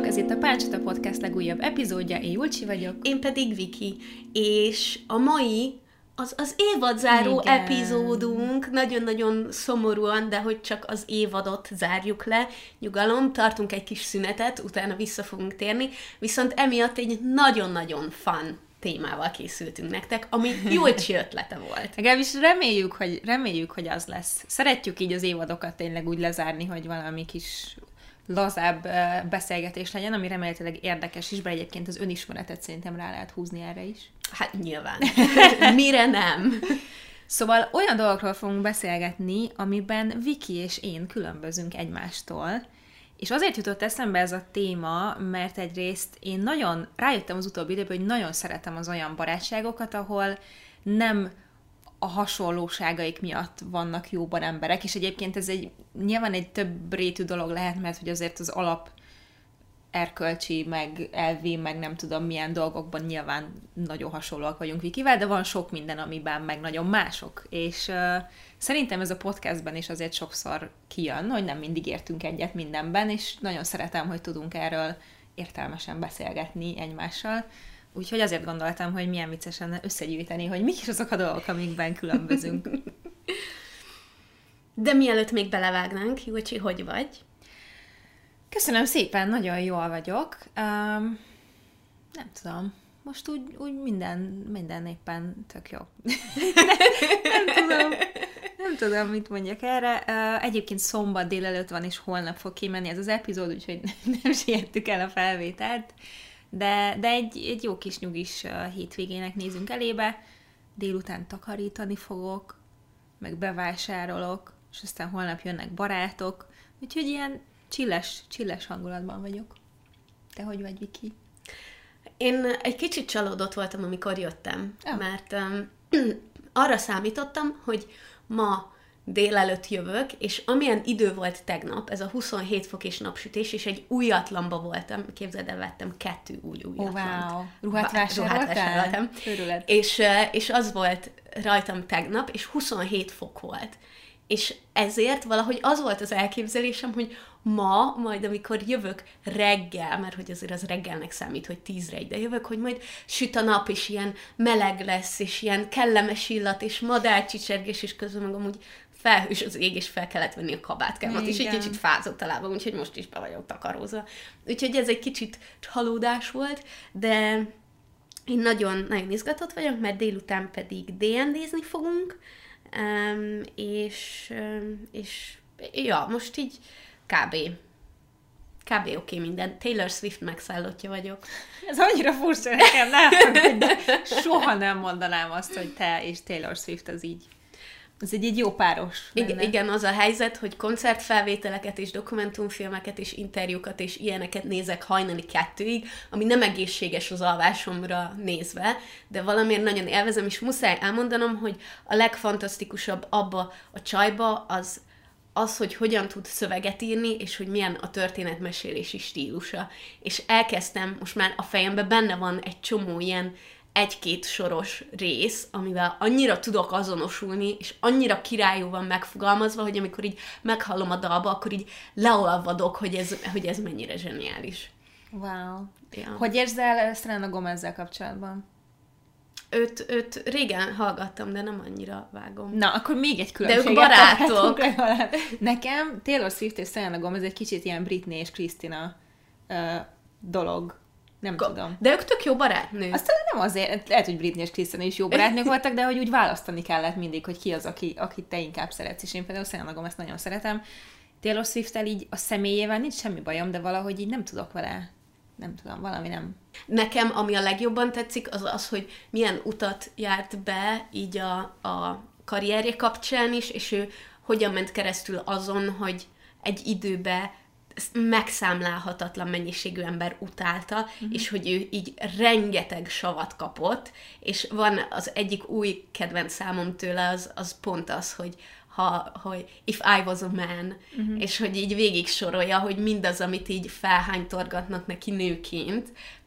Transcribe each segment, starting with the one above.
Sziasztok! Ez itt a Pálcsata Podcast legújabb epizódja, én Julcsi vagyok. Én pedig Viki, és a mai az évadzáró Igen. epizódunk, nagyon-nagyon szomorúan, de hogy csak az évadot zárjuk le, nyugalom, tartunk egy kis szünetet, utána vissza fogunk térni, viszont emiatt egy nagyon-nagyon fun témával készültünk nektek, ami Julcsi ötlete volt. Legalábbis reméljük, hogy az lesz. Szeretjük így az évadokat tényleg úgy lezárni, hogy valami kis lazább beszélgetés legyen, ami remélhetőleg érdekes is, bár egyébként az önismeretet szerintem rá lehet húzni erre is. Hát nyilván. Mire nem? Szóval olyan dolgokról fogunk beszélgetni, amiben Viki és én különbözünk egymástól, és azért jutott eszembe ez a téma, mert egyrészt én nagyon rájöttem az utóbbi időben, hogy nagyon szeretem az olyan barátságokat, ahol nem a hasonlóságaik miatt vannak jóban emberek, és egyébként ez nyilván egy több rétű dolog lehet, mert hogy azért az alap erkölcsi, meg elvi, meg nem tudom milyen dolgokban nyilván nagyon hasonlóak vagyunk Vikivel, de van sok minden, amiben meg nagyon mások. És szerintem ez a podcastben is azért sokszor kijön, hogy nem mindig értünk egyet mindenben, és nagyon szeretem, hogy tudunk erről értelmesen beszélgetni egymással. Úgyhogy azért gondoltam, hogy milyen vicces lenne összegyűjteni, hogy mik is azok a dolgok, amikben különbözünk. De mielőtt még belevágnánk, Julcsi, hogy vagy? Köszönöm szépen, nagyon jól vagyok. Nem tudom, most úgy minden éppen tök jó. Nem tudom, mit mondjak erre. Egyébként szombat délelőtt van, és holnap fog kimenni ez az epizód, úgyhogy nem siettük el a felvételt. De egy jó kis nyugis hétvégének nézünk elébe. Délután takarítani fogok, meg bevásárolok, és aztán holnap jönnek barátok. Úgyhogy ilyen chilles hangulatban vagyok. Te hogy vagy, Viki? Én egy kicsit csalódott voltam, amikor jöttem, mert arra számítottam, hogy ma délelőtt jövök, és amilyen idő volt tegnap, ez a 27 fok és napsütés, és egy újatlanba voltam, képzeld el, vettem 2 új újatlant. Wow. Ruhát vásároltam? És az volt rajtam tegnap, és 27 fok volt. És ezért valahogy az volt az elképzelésem, hogy ma, majd amikor jövök reggel, mert hogy azért az reggelnek számít, hogy 10-re ide jövök, hogy majd süt a nap, és ilyen meleg lesz, és ilyen kellemes illat, és madárcsicsergés, és közben meg amúgy felhős az ég, és fel kellett venni a kabátkámat, és egy kicsit fázott a lábam, úgyhogy most is be vagyok takarózva. Úgyhogy ez egy kicsit csalódás volt, de én nagyon izgatott vagyok, mert délután pedig D&D-zni fogunk, és ja, most így kb. Oké minden. Taylor Swift megszállottja vagyok. Ez annyira furcsa nekem, nem? De soha nem mondanám azt, hogy te és Taylor Swift az így. Ez egy jó páros. Igen, az a helyzet, hogy koncertfelvételeket és dokumentumfilmeket és interjúkat és ilyeneket nézek hajnali 2-ig, ami nem egészséges az alvásomra nézve, de valamiért nagyon élvezem, és muszáj elmondanom, hogy a legfantasztikusabb abba a csajba az, hogy hogyan tud szöveget írni, és hogy milyen a történetmesélési stílusa. És elkezdtem, most már a fejemben benne van egy csomó ilyen 1-2 soros rész, amivel annyira tudok azonosulni, és annyira királyul van megfogalmazva, hogy amikor így meghallom a dalba, akkor így leolvadok, hogy ez mennyire zseniális. Wow. Ja. Hogy érzel Selena Gomezzel kapcsolatban? Őt régen hallgattam, de nem annyira vágom. Na, akkor még egy különbséget. De ők barátok. Nekem Taylor Swift és Selena Gomez egy kicsit ilyen Britney és Christina dolog. Nem tudom. De ők tök jó barátnők. Aztán nem azért, lehet, hogy Britney és Christina is jó barátnők voltak, de hogy úgy választani kellett mindig, hogy ki az, akit te inkább szeretsz. És én például Selena Gomez nagyon szeretem. Taylor Swift-tel így a személyével nincs semmi bajom, de valahogy így nem tudok vele. Nem tudom, valami nem. Nekem, ami a legjobban tetszik, az, hogy milyen utat járt be így a karrierje kapcsán is, és ő hogyan ment keresztül azon, hogy egy időbe megszámlálhatatlan mennyiségű ember utálta, és hogy ő így rengeteg savat kapott, és van az egyik új kedvenc számom tőle, az pont az, hogy if I was a man, és hogy így végig sorolja, hogy mindaz, amit így felhánytorgatnak neki nőként,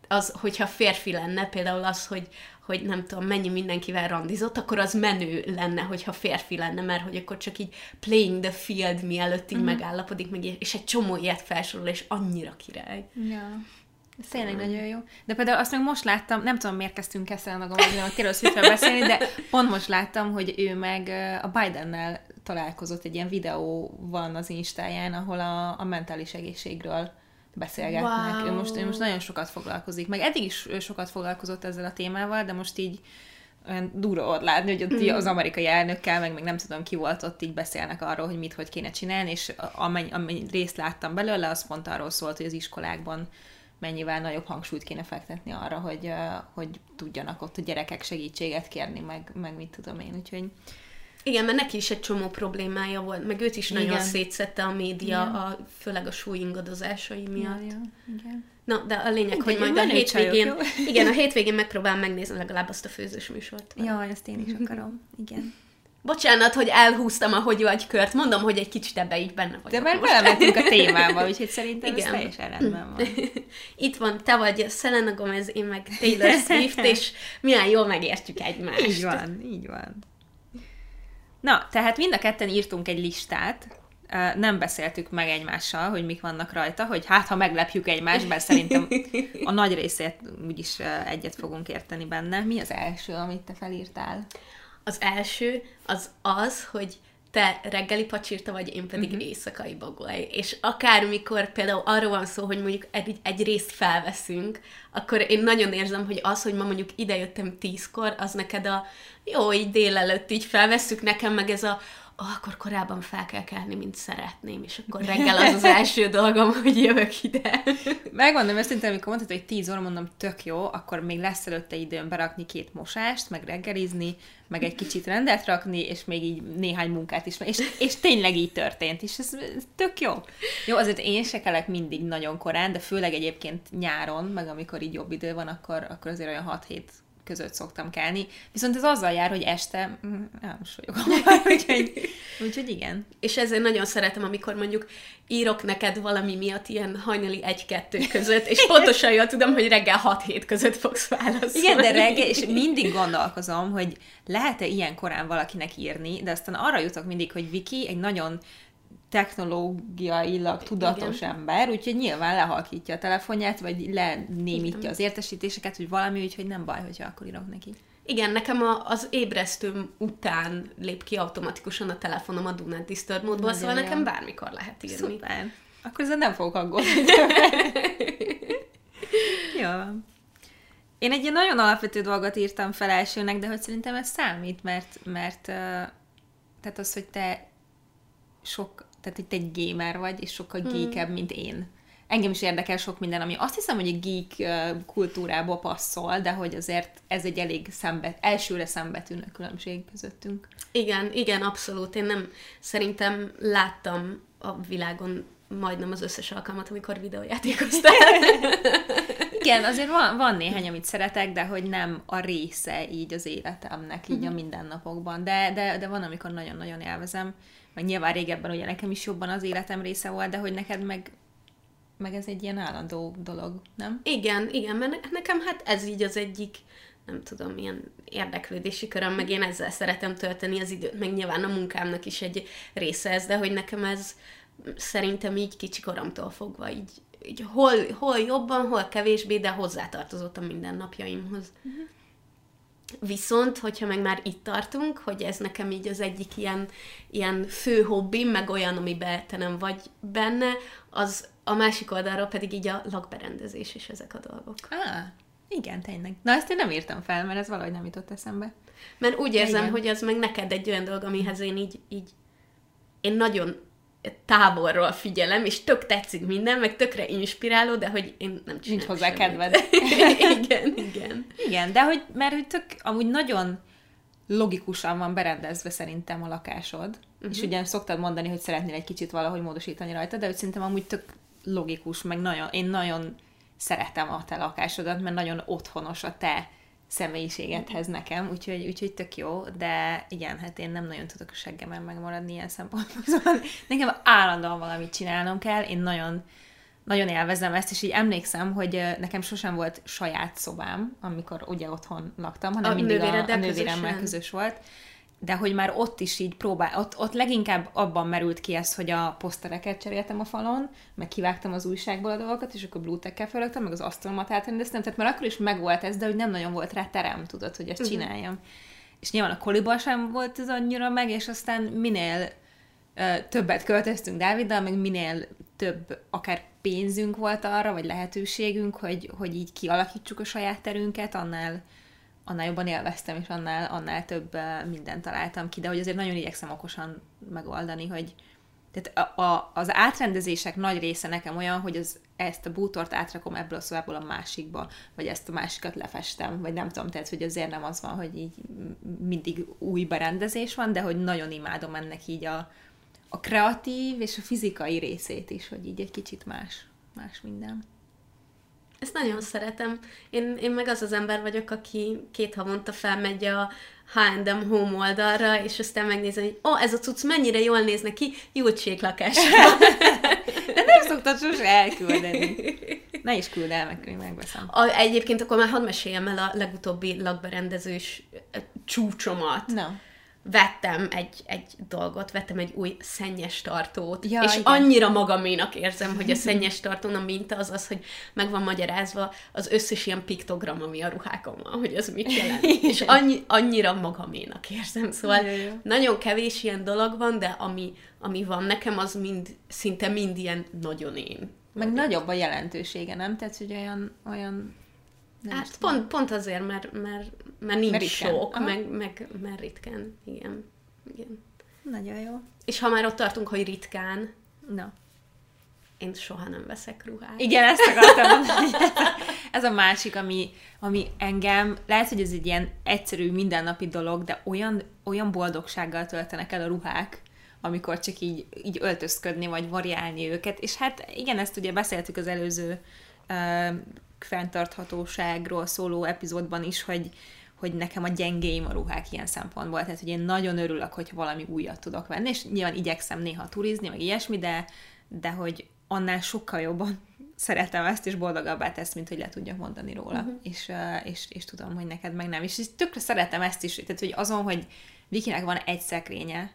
az, hogyha férfi lenne, például az, hogy nem tudom, mennyi mindenkivel randizott, akkor az menő lenne, hogyha férfi lenne, mert hogy akkor csak így playing the field mielőtt így megállapodik, meg, és egy csomó ilyet felsorol, és annyira király. Ja. Ez tényleg nagyon jó. De például azt meg most láttam, nem tudom, miért kezdtünk Selena Gomezről, Taylor Swiftről beszélni, de pont most láttam, hogy ő meg a Bidennel találkozott, egy ilyen videó van az Instáján, ahol a mentális egészségről beszélgetnek. Wow. Ő most nagyon sokat foglalkozik, meg eddig is sokat foglalkozott ezzel a témával, de most így olyan durva volt látni, hogy ott az amerikai elnökkel, meg nem tudom ki volt, ott így beszélnek arról, hogy hogy kéne csinálni, és amennyi részt láttam belőle, az pont arról szólt, hogy az iskolákban mennyivel nagyobb hangsúlyt kéne fektetni arra, hogy tudjanak ott a gyerekek segítséget kérni, meg mit tudom én, úgyhogy... Igen, mert neki is egy csomó problémája volt, meg őt is nagyon szétszette a média, főleg a súlyingadozásai miatt. Ja, igen. Na, de a lényeg, hogy majd a hétvégén, a hétvégén megpróbálom megnézni legalább azt a főzős műsort. Ja, ezt én is akarom. Igen. Bocsánat, hogy elhúztam a Hogy vagy kört. Mondom, hogy egy kicsit ebbe így benne vagyok. De már belementünk a témába, úgyhogy szerintem ez teljesen rendben van. Itt van, te vagy Selena Gomez, én meg Taylor Swift, és milyen jól megértjük egymást. Így van, így van. Na, tehát mind a ketten írtunk egy listát, nem beszéltük meg egymással, hogy mik vannak rajta, hogy ha meglepjük egymást, bár szerintem a nagy részét úgyis egyet fogunk érteni benne. Mi az első, amit te felírtál? Az első az, hogy te reggeli pacsirta vagy, én pedig éjszakai bagoly. És akármikor például arról van szó, hogy mondjuk egy részt felveszünk, akkor én nagyon érzem, hogy az, hogy ma mondjuk idejöttem 10-kor, az neked jó, így délelőtt így felvesszük, nekem meg ez akkor korábban fel kell kelni, mint szeretném, és akkor reggel az első dolgom, hogy jövök ide. Megmondom őszintén, amikor mondtad, hogy 10 óra, mondom, tök jó, akkor még lesz előtte időm berakni 2 mosást, meg reggelizni, meg egy kicsit rendet rakni, és még így néhány munkát is. És tényleg így történt, és ez tök jó. Jó, azért én se kelek mindig nagyon korán, de főleg egyébként nyáron, meg amikor így jobb idő van, akkor azért olyan 6-7 között szoktam kelni. Viszont ez azzal jár, hogy este nem is vagyok úgyhogy igen. És ezért nagyon szeretem, amikor mondjuk írok neked valami miatt ilyen hajnali 1-2 között, és pontosan jól tudom, hogy reggel 6-7 között fogsz válaszolni. Igen, de reggel, és mindig gondolkozom, hogy lehet-e ilyen korán valakinek írni, de aztán arra jutok mindig, hogy Viki egy nagyon technológiailag tudatos ember, úgyhogy nyilván lehalkítja a telefonját, vagy lenémítja az értesítéseket, hogy valami, úgyhogy nem baj, hogyha akkor írok neki. Igen, nekem az ébresztőm után lép ki automatikusan a telefonom a Do Not Disturb módból, szóval nekem bármikor lehet írni. Szuper. Akkor ezzel nem fogok aggódni. Jó van. Én egy ilyen nagyon alapvető dolgot írtam fel elsőnek, de hogy szerintem ez számít, mert tehát az, hogy te tehát itt egy gamer vagy, és sokkal geekebb, mint én. Engem is érdekel sok minden, ami azt hiszem, hogy a geek kultúrába passzol, de hogy azért ez egy elég elsőre szembetűnő különbség közöttünk. Igen, abszolút. Én nem szerintem láttam a világon majdnem az összes alkalmat, amikor videójátékoztál. Igen, azért van néhány, amit szeretek, de hogy nem a része így az életemnek, így a mindennapokban. De van, amikor nagyon-nagyon élvezem. Meg nyilván régebben ugye nekem is jobban az életem része volt, de hogy neked meg ez egy ilyen állandó dolog, nem? Igen, mert nekem hát ez így az egyik, nem tudom, ilyen érdeklődési köröm, meg én ezzel szeretem tölteni az időt, meg nyilván a munkámnak is egy része ez, de hogy nekem ez szerintem így kicsi koromtól fogva így hol jobban, hol kevésbé, de hozzátartozott a mindennapjaimhoz. Viszont, hogyha meg már itt tartunk, hogy ez nekem így az egyik ilyen fő hobbim, meg olyan, amiben te nem vagy benne, az a másik oldalról pedig így a lakberendezés és ezek a dolgok. Igen, tényleg. Na, ezt én nem írtam fel, mert ez valahogy nem jutott eszembe. Mert úgy érzem, hogy az meg neked egy olyan dolog, amihez én én nagyon távolról figyelem, és tök tetszik minden, meg tökre inspiráló, de hogy én nem csinálom. Nincs hozzá kedved. Igen. Igen, de mert hogy tök amúgy nagyon logikusan van berendezve szerintem a lakásod, és ugye szoktad mondani, hogy szeretnél egy kicsit valahogy módosítani rajta, de hogy szerintem amúgy tök logikus, meg én nagyon szeretem a te lakásodat, mert nagyon otthonos a te személyiségedhez nekem, úgyhogy tök jó, de igen, hát én nem nagyon tudok a seggemen megmaradni ilyen szempontból. Szóval nekem állandóan valamit csinálnom kell, én nagyon, nagyon élvezem ezt, és így emlékszem, hogy nekem sosem volt saját szobám, amikor ugye otthon laktam, hanem mindig a nővéremmel közös volt. De hogy már ott is így ott leginkább abban merült ki ez, hogy a posztereket cseréltem a falon, meg kivágtam az újságból a dolgokat, és akkor Blu-tackkel felraktam, meg az asztalomat átrendeztem, tehát már akkor is megvolt ez, de hogy nem nagyon volt rá terem, tudod, hogy ezt csináljam. És nyilván a koliban sem volt ez annyira meg, és aztán minél többet költöztünk Dáviddal, meg minél több akár pénzünk volt arra, vagy lehetőségünk, hogy így kialakítsuk a saját terünket, annál jobban élveztem, és annál több mindent találtam ki, de hogy azért nagyon igyekszem okosan megoldani, hogy tehát az átrendezések nagy része nekem olyan, hogy ezt a bútort átrakom ebből a szobából a másikba, vagy ezt a másikat lefestem, vagy nem tudom, tehát hogy azért nem az van, hogy így mindig új berendezés van, de hogy nagyon imádom ennek így a kreatív és a fizikai részét is, hogy így egy kicsit más minden. Ezt nagyon szeretem. Én meg az ember vagyok, aki 2 havonta felmegy a H&M Home oldalra, és aztán megnézem, hogy ez a cucc mennyire jól néz neki, Júltsék lakásban. De nem szoktad sose elküldeni. Ne is küld el, meg megveszem. Egyébként akkor már hadd meséljem el a legutóbbi lakberendezős csúcsomat. No. Vettem egy dolgot, vettem egy új szennyes tartót, és igen. annyira magaménak érzem, hogy a szennyes tartón a minta az, hogy meg van magyarázva az összes ilyen piktogram, ami a ruhákon van, hogy az mit jelent. És annyira magaménak érzem, szóval nagyon kevés ilyen dolog van, de ami van nekem, az szinte mind ilyen nagyon én. Meg nagyobb a jelentősége, nem? Tehát, hogy olyan hát pont azért, mert nincs sok, meg mert ritkán. Igen. Nagyon jó. És ha már ott tartunk, hogy ritkán, na. Én soha nem veszek ruhát. Igen, ezt akartam mondani. Ez a másik, ami engem, lehet, hogy ez egy ilyen egyszerű, mindennapi dolog, de olyan boldogsággal töltenek el a ruhák, amikor csak így öltözködni, vagy variálni őket. És hát igen, ezt ugye beszéltük az előző fenntarthatóságról szóló epizódban is, hogy nekem a gyengéim a ruhák ilyen szempontból. Tehát, hogy én nagyon örülök, hogyha valami újat tudok venni, és nyilván igyekszem néha turizni, meg ilyesmi, de hogy annál sokkal jobban szeretem ezt, és boldogabbá tesz, mint hogy le tudjak mondani róla. És tudom, hogy neked meg nem. És tökre szeretem ezt is, tehát, hogy azon, hogy Vikinek van egy szekrénye,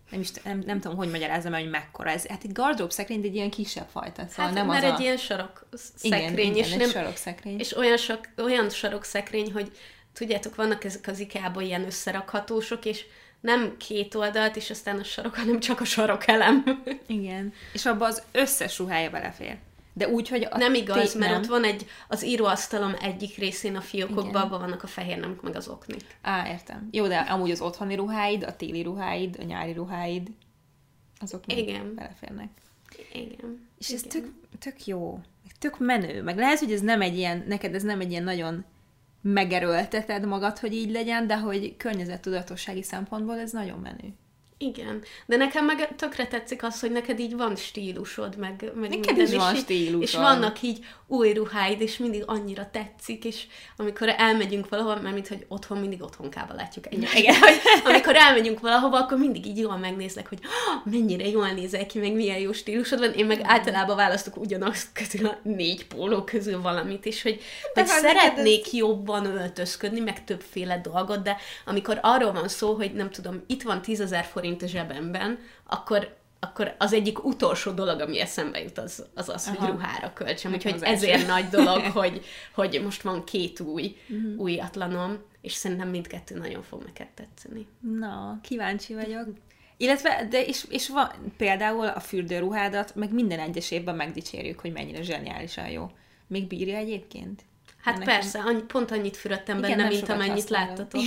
nem tudom, hogy magyarázzam el, hogy mekkora ez. Hát egy gardrób szekrény, egy ilyen kisebb fajta. Szóval hát nem mert az egy ilyen sarokszekrény. Igen, egy sarokszekrény. És olyan sarokszekrény, hogy tudjátok, vannak ezek az IKEA-ban ilyen összerakhatósok, és nem 2 oldalt, és aztán a sarok, hanem csak a sarokelem. Igen. És abban az összes ruhája belefér. De úgy, hogy nem igaz, mert ott van az íróasztalom egyik részén a fiókokban, abban vannak a fehér nemek, meg az oknik. Értem. Jó, de amúgy az otthoni ruháid, a téli ruháid, a nyári ruháid, azok még beleférnek. Igen. És ez tök jó, tök menő. Meg lehet, hogy ez nem egy ilyen, neked ez nem egy ilyen nagyon megerőlteted magad, hogy így legyen, de hogy környezettudatossági szempontból ez nagyon menő. Igen, de nekem meg tökre tetszik az, hogy neked így van stílusod, meg neked is van stílusod. És vannak így új ruháid, és mindig annyira tetszik, és amikor elmegyünk valahol, mert mint hogy otthon mindig otthonkába látjuk egymást. Igen, hogy amikor elmegyünk valahova, akkor mindig így jól megnézlek, hogy mennyire jól nézel ki, meg milyen jó stílusod van. Én meg általában választok ugyanazt közül a 4 póló közül valamit, és hogy szeretnék jobban öltözködni, meg többféle dolgot, de amikor arról van szó, hogy nem tudom, itt van 10 000 forint a zsebemben, akkor az egyik utolsó dolog, ami eszembe jut, az, hogy ruhára költsem. Úgyhogy ezért nagy dolog, hogy most van 2 újatlanom, és szerintem mindkettő nagyon fog neked tetszeni. Na, kíváncsi vagyok. Illetve, de és van például a fürdőruhádat, meg minden egyes évben megdicsérjük, hogy mennyire zseniálisan jó. Még bírja egyébként? Hát persze, pont annyit fürödtem benne, mint amennyit láttatok.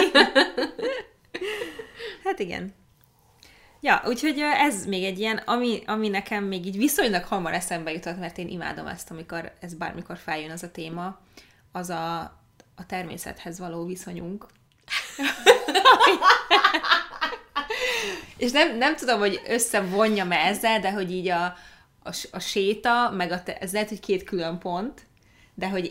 Hát igen. Ja, úgyhogy ez még egy ilyen, ami nekem még így viszonylag hamar eszembe jutott, mert én imádom ezt, amikor ez bármikor feljön az a téma, az a természethez való viszonyunk. És nem tudom, hogy összevonjam ezzel, de hogy így a séta, meg ez lehet, hogy 2 külön pont, de hogy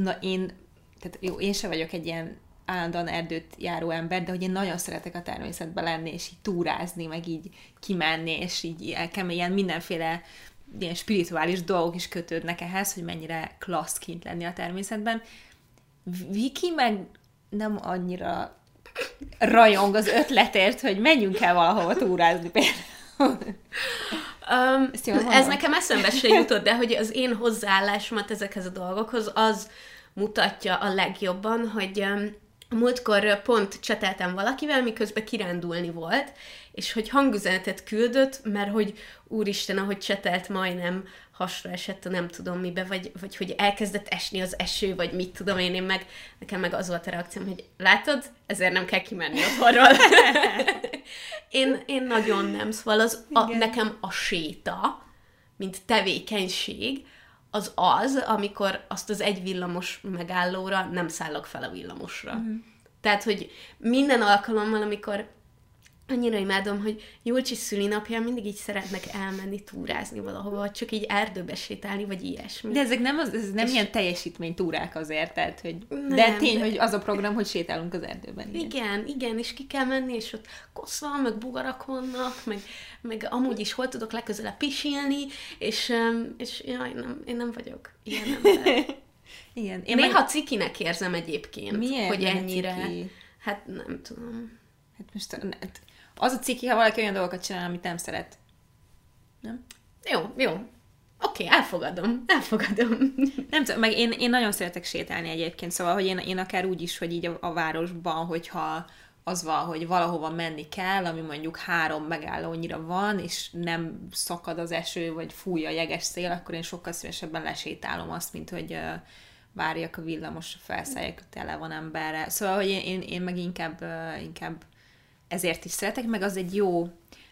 én se vagyok egy ilyen állandóan erdőt járó ember, de hogy én nagyon szeretek a természetben lenni, és így túrázni, meg így kimenni, és így ilyen mindenféle ilyen spirituális dolgok is kötődnek ehhez, hogy mennyire klassz kint lenni a természetben. Viki meg nem annyira rajong az ötletért, hogy menjünk el valahova túrázni például. Ez nekem eszembe se jutott, de hogy az én hozzáállásomat ezekhez a dolgokhoz az mutatja a legjobban, hogy múltkor pont cseteltem valakivel, miközben kirándulni volt, és hogy hangüzenetet küldött, mert hogy úristen, ahogy csetelt, majdnem hasra esett a nem tudom mibe, vagy hogy elkezdett esni az eső, vagy mit tudom én nekem meg az volt a reakcióm, hogy látod, ezért nem kell kimenni otthonról. én nagyon nem, szóval nekem a séta, mint tevékenység, az, amikor azt az egy villamos megállóra nem szállok fel a villamosra. Tehát, hogy minden alkalommal, amikor annyira imádom, hogy Julcsi szülinapján mindig így szeretnek elmenni túrázni valahova, vagy csak így erdőbe sétálni, vagy ilyesmi. De ezek nem ilyen teljesítménytúrák azért, tehát, hogy... De tény, hogy az a program, hogy sétálunk az erdőben. Igen, és ki kell menni, és ott kosz van, meg bogarak vannak, meg amúgy is hol tudok legközelebb pisilni, és jaj, én nem vagyok ilyen ember. Igen. Néha cikinek érzem egyébként, miért hogy ennyire... Ciki? Hát nem tudom. Hát most az a ciki, ha valaki olyan dolgokat csinál, amit nem szeret. Nem? Jó. Oké, elfogadom. Nem tudom, meg én nagyon szeretek sétálni egyébként, szóval, hogy én akár úgy is, hogy így a városban, hogyha az van, hogy valahova menni kell, ami mondjuk 3 megállónyira van, és nem szakad az eső, vagy fúj a jeges szél, akkor én sokkal szívesebben lesétálom azt, mint hogy várjak a villamos, felszálljak, tele van emberre. Szóval, hogy én meg inkább ezért is szeretek, meg az egy jó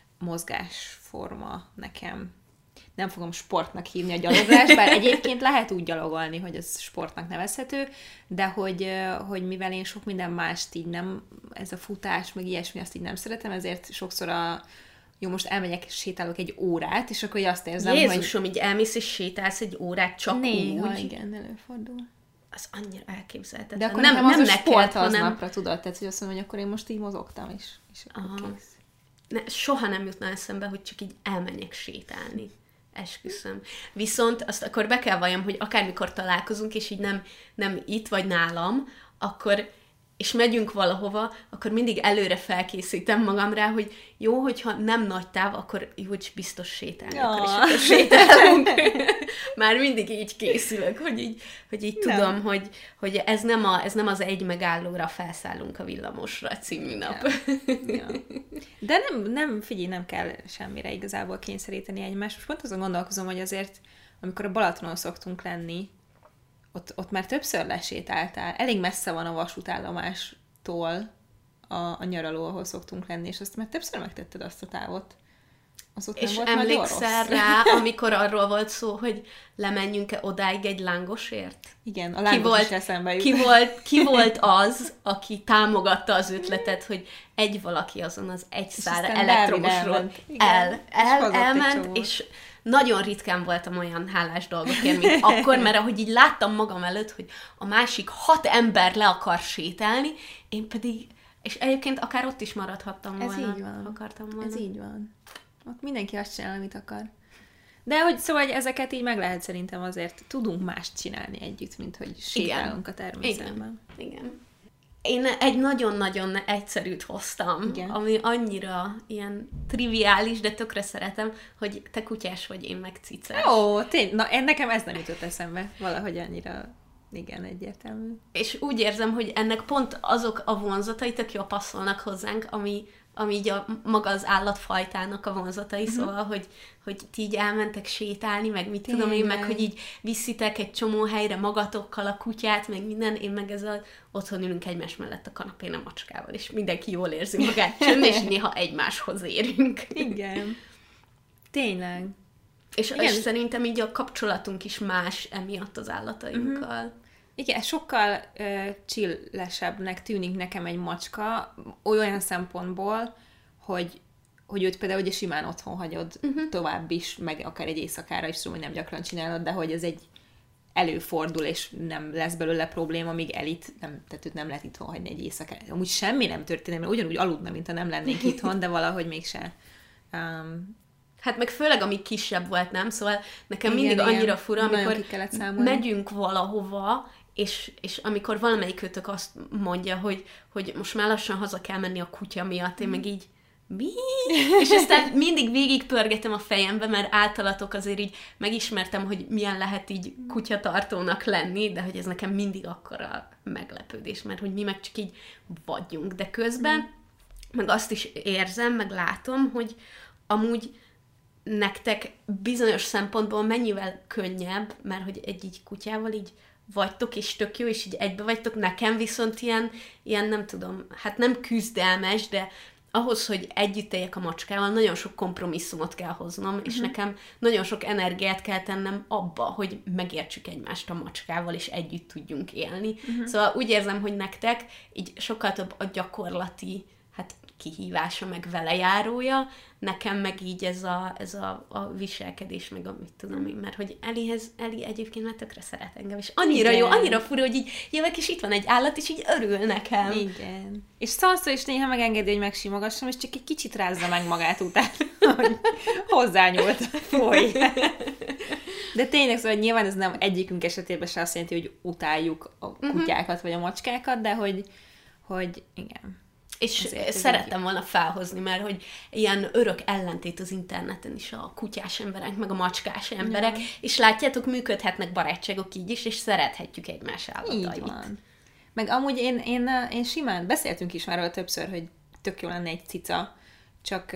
mozgásforma nekem. Nem fogom sportnak hívni a gyalogást, bár egyébként lehet úgy gyalogolni, hogy ez sportnak nevezhető, de hogy mivel én sok minden mást így nem, ez a futás, meg ilyesmi, azt így nem szeretem, ezért sokszor jó, most elmegyek, sétálok egy órát, és akkor azt érzem, Jézusom, így elmész és sétálsz egy órát csak néha, úgy. Igen, előfordul. Az annyira elképzelhetetlen. De akkor nem az a neked, sport hanem... aznapra, tudod, tehát hogy azt mondom, hogy akkor én most így mozogtam, és akkor kész. Soha nem jutna eszembe, hogy csak így elmenjek sétálni. Esküszöm. Viszont azt akkor be kell valljam, hogy akármikor találkozunk, és így nem itt vagy nálam, akkor, és megyünk valahova, akkor mindig előre felkészítem magam rá, hogy jó, hogyha nem nagy táv, akkor úgy biztos sétálni, akkor is sétálunk. Már mindig így készülök, hogy így tudom, hogy ez nem az egy megállóra felszállunk a villamosra című nap. Ja. De figyelj, nem kell semmire igazából kényszeríteni egymást. Most pont azon gondolkozom, hogy azért, amikor a Balatonon szoktunk lenni, ott már többször lesétáltál. Elég messze van a vasútállomástól a nyaraló, ahol szoktunk lenni, és azt már többször megtetted azt a távot. Az ott és nem volt emlékszel rá, amikor arról volt szó, hogy lemenjünk-e odáig egy lángosért? Igen, a lángos is eszembe jut. Ki volt az, aki támogatta az ötletet, hogy egy valaki azon az egy szál elektromosról elment, és nagyon ritkán voltam olyan hálás dolgokért, mint akkor, mert ahogy így láttam magam előtt, hogy a másik 6 ember le akar sétálni, én pedig, és egyébként akár ott is maradhattam volna. Ez így van. Akartam volna. Ez így van. Ott mindenki azt csinál, amit akar. De hogy szóval ezeket így meg lehet szerintem azért tudunk mást csinálni együtt, mint hogy sétálunk a természetben. Igen. Én egy nagyon-nagyon egyszerűt hoztam, igen. Ami annyira ilyen triviális, de tökre szeretem, hogy te kutyás vagy, én meg cicás. Ó, nekem ez nem jutott eszembe. Valahogy annyira, igen, egyértelmű. És úgy érzem, hogy ennek pont azok a vonzatai tök jól passzolnak hozzánk, ami így maga az állatfajtának a vonzatai, szóval, hogy ti így elmentek sétálni, meg mit tudom én, meg hogy így viszitek egy csomó helyre magatokkal a kutyát, meg minden, én meg ezzel otthon ülünk egymás mellett a kanapén a macskával, és mindenki jól érzi magát csöndben, és néha egymáshoz érünk. Igen. Tényleg. És szerintem így a kapcsolatunk is más emiatt az állatainkkal. Igen, sokkal chillesebbnek tűnik nekem egy macska, olyan szempontból, hogy őt például ugye simán otthon hagyod tovább is, meg akár egy éjszakára is, tudom, hogy nem gyakran csinálod, de hogy ez egy előfordul, és nem lesz belőle probléma, míg tehát őt nem lehet itthon hagyni egy éjszakára. Amúgy semmi nem történik, mert ugyanúgy aludna, mint ha nem lennénk itthon, de valahogy mégse. Hát meg főleg, ami kisebb volt, nem? Szóval nekem Igen, mindig igen. annyira fura, Nagyon amikor ki kellett számolni. megyünk valahova, és amikor valamelyikőtök azt mondja, hogy most már lassan haza kell menni a kutya miatt, én meg így, mi? És aztán mindig végigpörgetem a fejembe, mert általatok azért így megismertem, hogy milyen lehet így kutyatartónak lenni, de hogy ez nekem mindig akkora meglepődés, mert hogy mi meg csak így vagyunk. De közben meg azt is érzem, meg látom, hogy amúgy nektek bizonyos szempontból mennyivel könnyebb, mert hogy egy így kutyával így vagytok, és tök jó, és így egybe vagytok, nekem viszont ilyen nem tudom, hát nem küzdelmes, de ahhoz, hogy együtt éljek a macskával, nagyon sok kompromisszumot kell hoznom, és nekem nagyon sok energiát kell tennem abba, hogy megértsük egymást a macskával, és együtt tudjunk élni. Szóval úgy érzem, hogy nektek így sokkal több a gyakorlati kihívása, meg velejárója, nekem meg így ez a viselkedés, meg amit tudom én, mert hogy Eli egyébként már tökre szeret engem, és annyira jó, annyira fura, hogy így jövök, és itt van egy állat, és így örül nekem. Igen. És Szanszó is néha megengedi, hogy megsimogassam, és csak egy kicsit rázza meg magát utána, hogy hozzányúlt a foly. De tényleg, szóval nyilván ez nem egyikünk esetében se azt jelenti, hogy utáljuk a kutyákat, vagy a macskákat, de hogy igen. És szerettem volna felhozni, mert hogy ilyen örök ellentét az interneten is a kutyás emberek, meg a macskás emberek, és látjátok, működhetnek barátságok így is, és szerethetjük egymás állatait. Így van. Meg amúgy én simán, beszéltünk is már róla többször, hogy tök jó lenne egy cica, csak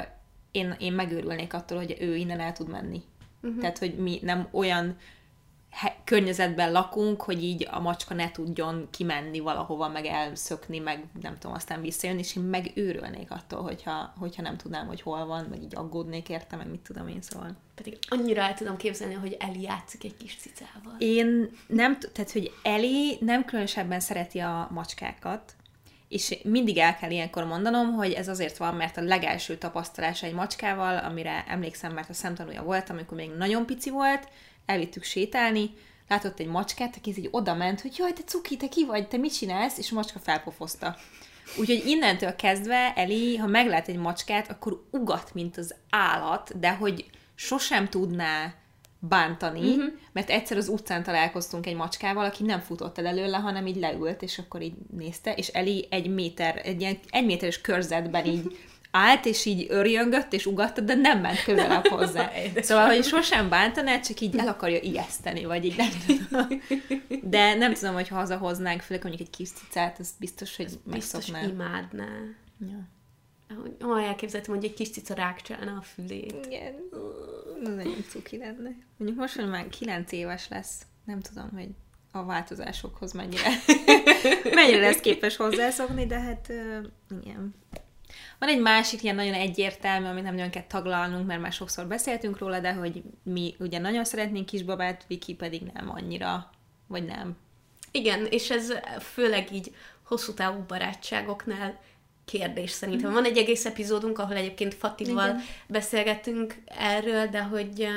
én megőrülnék attól, hogy ő innen el tud menni. Tehát, hogy mi nem olyan környezetben lakunk, hogy így a macska ne tudjon kimenni valahova, meg elszökni, meg nem tudom, aztán visszajönni, és én megőrülnék attól, hogyha nem tudnám, hogy hol van, meg így aggódnék érte, meg mit tudom én, szóval. Pedig annyira el tudom képzelni, hogy Eli játszik egy kis cicával. Én nem, tehát, hogy Eli nem különösebben szereti a macskákat, és mindig el kell ilyenkor mondanom, hogy ez azért van, mert a legelső tapasztalása egy macskával, amire emlékszem, mert a szemtanúja voltam, amikor még nagyon pici volt, elvittük sétálni, látott egy macskát, aki így oda ment, hogy jaj, te cuki, te ki vagy, te mit csinálsz? És a macska felpofozta. Úgyhogy innentől kezdve Eli, ha meglát egy macskát, akkor ugat, mint az állat, de hogy sosem tudná bántani, mert egyszer az utcán találkoztunk egy macskával, aki nem futott el előle, hanem így leült, és akkor így nézte, és Eli egy ilyen 1 méteres körzetben így állt, és így örjöngött, és ugatta, de nem ment közelebb hozzá. Szóval, hogy sosem bántaná, csak így el akarja ijeszteni, vagy így nem tudom. De nem tudom, hogy ha hazahoznánk, főleg mondjuk egy kis cicát, az biztos, hogy megszokná. Biztos imádná. Ja. Elképzeltem, hogy egy kis cica rákcsálna a fülét. Igen. Nagyon cuki lenne. Mondjuk most, hogy már 9 éves lesz, nem tudom, hogy a változásokhoz mennyire lesz képes hozzászokni, de hát igen. Van egy másik ilyen nagyon egyértelmű, amit nem nagyon kell taglalnunk, mert már sokszor beszéltünk róla, de hogy mi ugye nagyon szeretnénk kisbabát, Viki pedig nem annyira, vagy nem. Igen, és ez főleg így hosszú távú barátságoknál kérdés szerintem. Van egy egész epizódunk, ahol egyébként Fatival beszélgettünk erről, de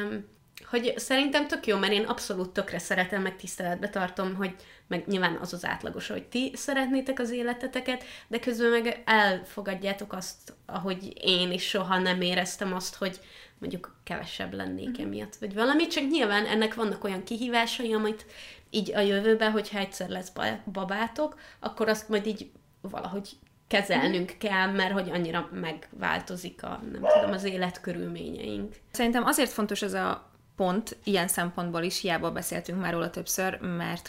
hogy szerintem tök jó, mert én abszolút tökre szeretem, meg tiszteletbe tartom, hogy meg nyilván az átlagos, hogy ti szeretnétek az életeteket, de közben meg elfogadjátok azt, ahogy én is soha nem éreztem azt, hogy mondjuk kevesebb lennék emiatt, vagy valami, csak nyilván ennek vannak olyan kihívásai, amit így a jövőben, hogyha egyszer lesz babátok, akkor azt majd így valahogy kezelnünk kell, mert hogy annyira megváltozik az életkörülményeink. Szerintem azért fontos ez a pont, ilyen szempontból is, hiába beszéltünk már róla többször,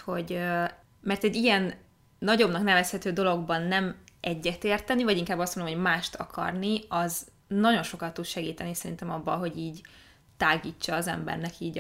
mert egy ilyen nagyobbnak nevezhető dologban nem egyetérteni, vagy inkább azt mondom, hogy mást akarni, az nagyon sokat tud segíteni szerintem abban, hogy így tágítsa az embernek így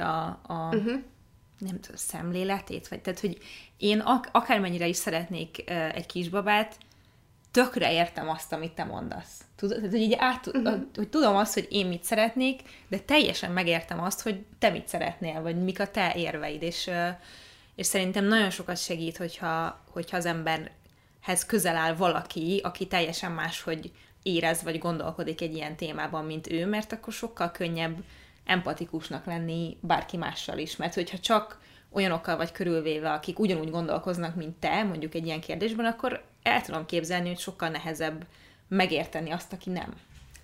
nem tudom, szemléletét, vagy tehát, hogy én akármennyire is szeretnék egy kisbabát, tökre értem azt, amit te mondasz. Tudod, tehát, hogy így hogy tudom azt, hogy én mit szeretnék, de teljesen megértem azt, hogy te mit szeretnél, vagy mik a te érveid, és szerintem nagyon sokat segít, hogyha az emberhez közel áll valaki, aki teljesen máshogy érez, vagy gondolkodik egy ilyen témában, mint ő, mert akkor sokkal könnyebb empatikusnak lenni bárki mással is, mert hogyha csak olyanokkal vagy körülvéve, akik ugyanúgy gondolkoznak, mint te, mondjuk egy ilyen kérdésben, akkor el tudom képzelni, hogy sokkal nehezebb megérteni azt, aki nem.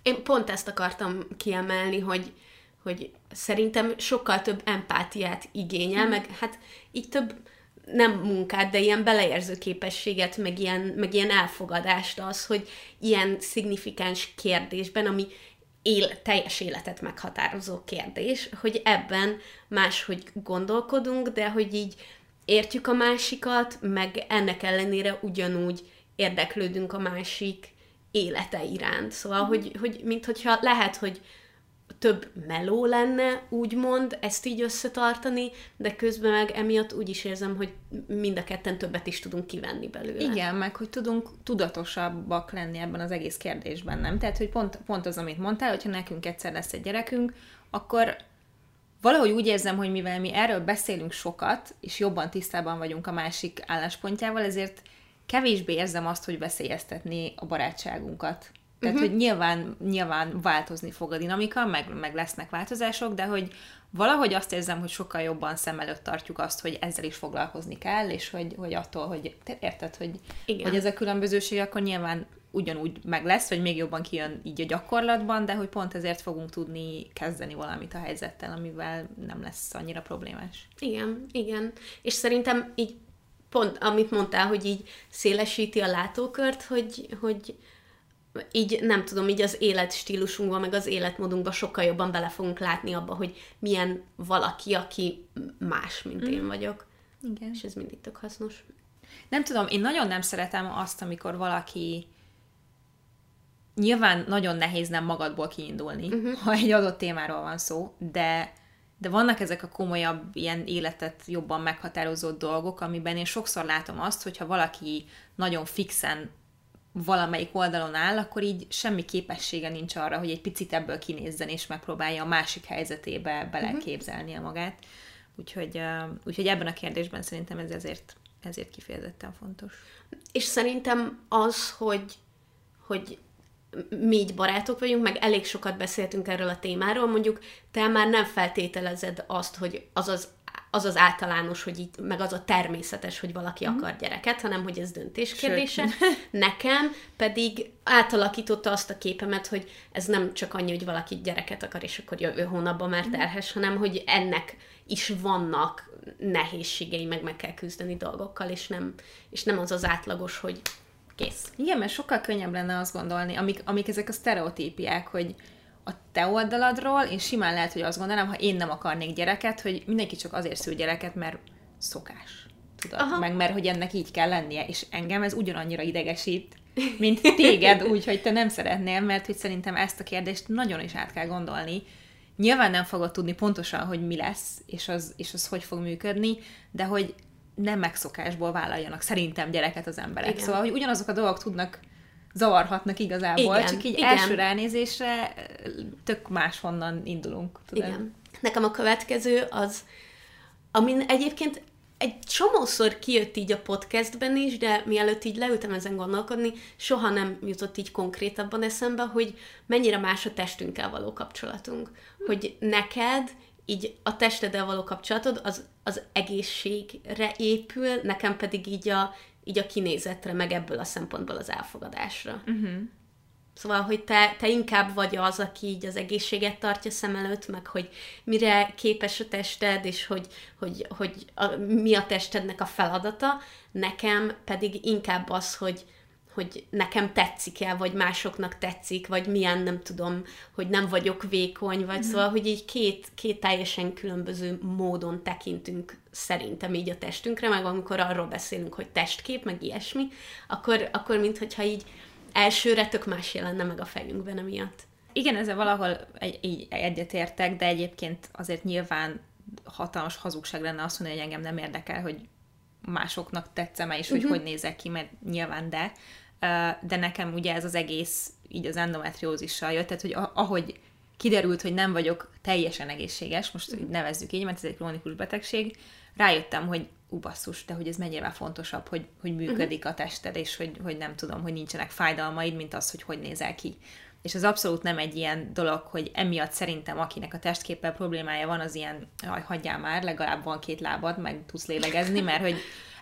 Én pont ezt akartam kiemelni, hogy szerintem sokkal több empátiát igényel, meg hát így több nem munkát, de ilyen beleérző képességet, meg ilyen elfogadást az, hogy ilyen szignifikáns kérdésben, ami teljes életet meghatározó kérdés, hogy ebben máshogy gondolkodunk, de hogy így értjük a másikat, meg ennek ellenére ugyanúgy érdeklődünk a másik élete iránt. Szóval, hogy minthogyha lehet, hogy több meló lenne, úgymond, ezt így összetartani, de közben meg emiatt úgy is érzem, hogy mind a ketten többet is tudunk kivenni belőle. Igen, meg hogy tudunk tudatosabbak lenni ebben az egész kérdésben, nem? Tehát, hogy pont az, amit mondtál, hogyha nekünk egyszer lesz egy gyerekünk, akkor valahogy úgy érzem, hogy mivel mi erről beszélünk sokat, és jobban tisztában vagyunk a másik álláspontjával, ezért kevésbé érzem azt, hogy veszélyeztetné a barátságunkat. Tehát, hogy nyilván változni fog a dinamika, meg lesznek változások, de hogy valahogy azt érzem, hogy sokkal jobban szem előtt tartjuk azt, hogy ezzel is foglalkozni kell, és hogy attól, hogy te érted, hogy ez a különbözőség akkor nyilván ugyanúgy meg lesz, vagy még jobban kijön így a gyakorlatban, de hogy pont ezért fogunk tudni kezdeni valamit a helyzettel, amivel nem lesz annyira problémás. Igen. És szerintem így pont, amit mondtál, hogy így szélesíti a látókört, hogy így nem tudom, így az életstílusunkban, meg az életmódunkban sokkal jobban bele fogunk látni abba, hogy milyen valaki, aki más, mint én vagyok. Igen. És ez mindig tök hasznos. Nem tudom, én nagyon nem szeretem azt, amikor valaki nyilván nagyon nehéz nem magadból kiindulni, ha egy adott témáról van szó, de vannak ezek a komolyabb, ilyen életet jobban meghatározó dolgok, amiben én sokszor látom azt, hogyha valaki nagyon fixen valamelyik oldalon áll, akkor így semmi képessége nincs arra, hogy egy picit ebből kinézzen, és megpróbálja a másik helyzetébe beleképzelnie magát. Úgyhogy ebben a kérdésben szerintem ez ezért kifejezetten fontos. És szerintem az, hogy mi így barátok vagyunk, meg elég sokat beszéltünk erről a témáról, mondjuk te már nem feltételezed azt, hogy az az általános, hogy így, meg az a természetes, hogy valaki akar gyereket, hanem hogy ez döntés kérdése. Nekem pedig átalakította azt a képemet, hogy ez nem csak annyi, hogy valaki gyereket akar, és akkor jövő hónapban már terhes, hanem hogy ennek is vannak nehézségei, meg kell küzdeni dolgokkal, és nem az az átlagos, hogy kész. Igen, mert sokkal könnyebb lenne azt gondolni, amik ezek a sztereotípiák, hogy a te oldaladról én simán lehet, hogy azt gondolom, ha én nem akarnék gyereket, hogy mindenki csak azért szül gyereket, mert szokás. Tudod? Meg mert hogy ennek így kell lennie, és engem ez ugyanannyira idegesít, mint téged, úgyhogy te nem szeretnél, mert hogy szerintem ezt a kérdést nagyon is át kell gondolni. Nyilván nem fogod tudni pontosan, hogy mi lesz, és az hogy fog működni, de hogy nem megszokásból vállaljanak szerintem gyereket az emberek. Igen. Szóval, hogy ugyanazok a dolgok zavarhatnak igazából, csak így első ránézésre tök máshonnan indulunk. Tudod? Igen. Nekem a következő az, amin egyébként egy csomószor kijött így a podcastben is, de mielőtt így leültem ezen gondolkodni, soha nem jutott így konkrétabban eszembe, hogy mennyire más a testünkkel való kapcsolatunk. Hogy neked így a testeddel való kapcsolatod az egészségre épül, nekem pedig így a kinézetre, meg ebből a szempontból az elfogadásra. Szóval, hogy te inkább vagy az, aki így az egészséget tartja szem előtt, meg hogy mire képes a tested, és hogy mi a testednek a feladata, nekem pedig inkább az, hogy nekem tetszik-e, vagy másoknak tetszik, vagy milyen, nem tudom, hogy nem vagyok vékony, vagy szóval, hogy így két teljesen különböző módon tekintünk szerintem így a testünkre, meg amikor arról beszélünk, hogy testkép, meg ilyesmi, akkor minthogyha így elsőre tök más jelenne meg a fejünkben emiatt. Igen, ezzel valahol így egyetértek, de egyébként azért nyilván hatalmas hazugság lenne azt mondani, hogy engem nem érdekel, hogy másoknak tetszem-e, és hogy nézek ki, mert nyilván de nekem ugye ez az egész így az endometriózissal jött, tehát hogy ahogy kiderült, hogy nem vagyok teljesen egészséges, most nevezzük így, mert ez egy krónikus betegség, rájöttem, hogy basszus, de hogy ez mennyire fontosabb, hogy működik a tested, és hogy nem tudom, hogy nincsenek fájdalmaid, mint az, hogy nézel ki. És ez abszolút nem egy ilyen dolog, hogy emiatt szerintem akinek a testképpel problémája van, az ilyen, hagyjál már, legalább van 2 lábad, meg tudsz lélegezni, mert hogy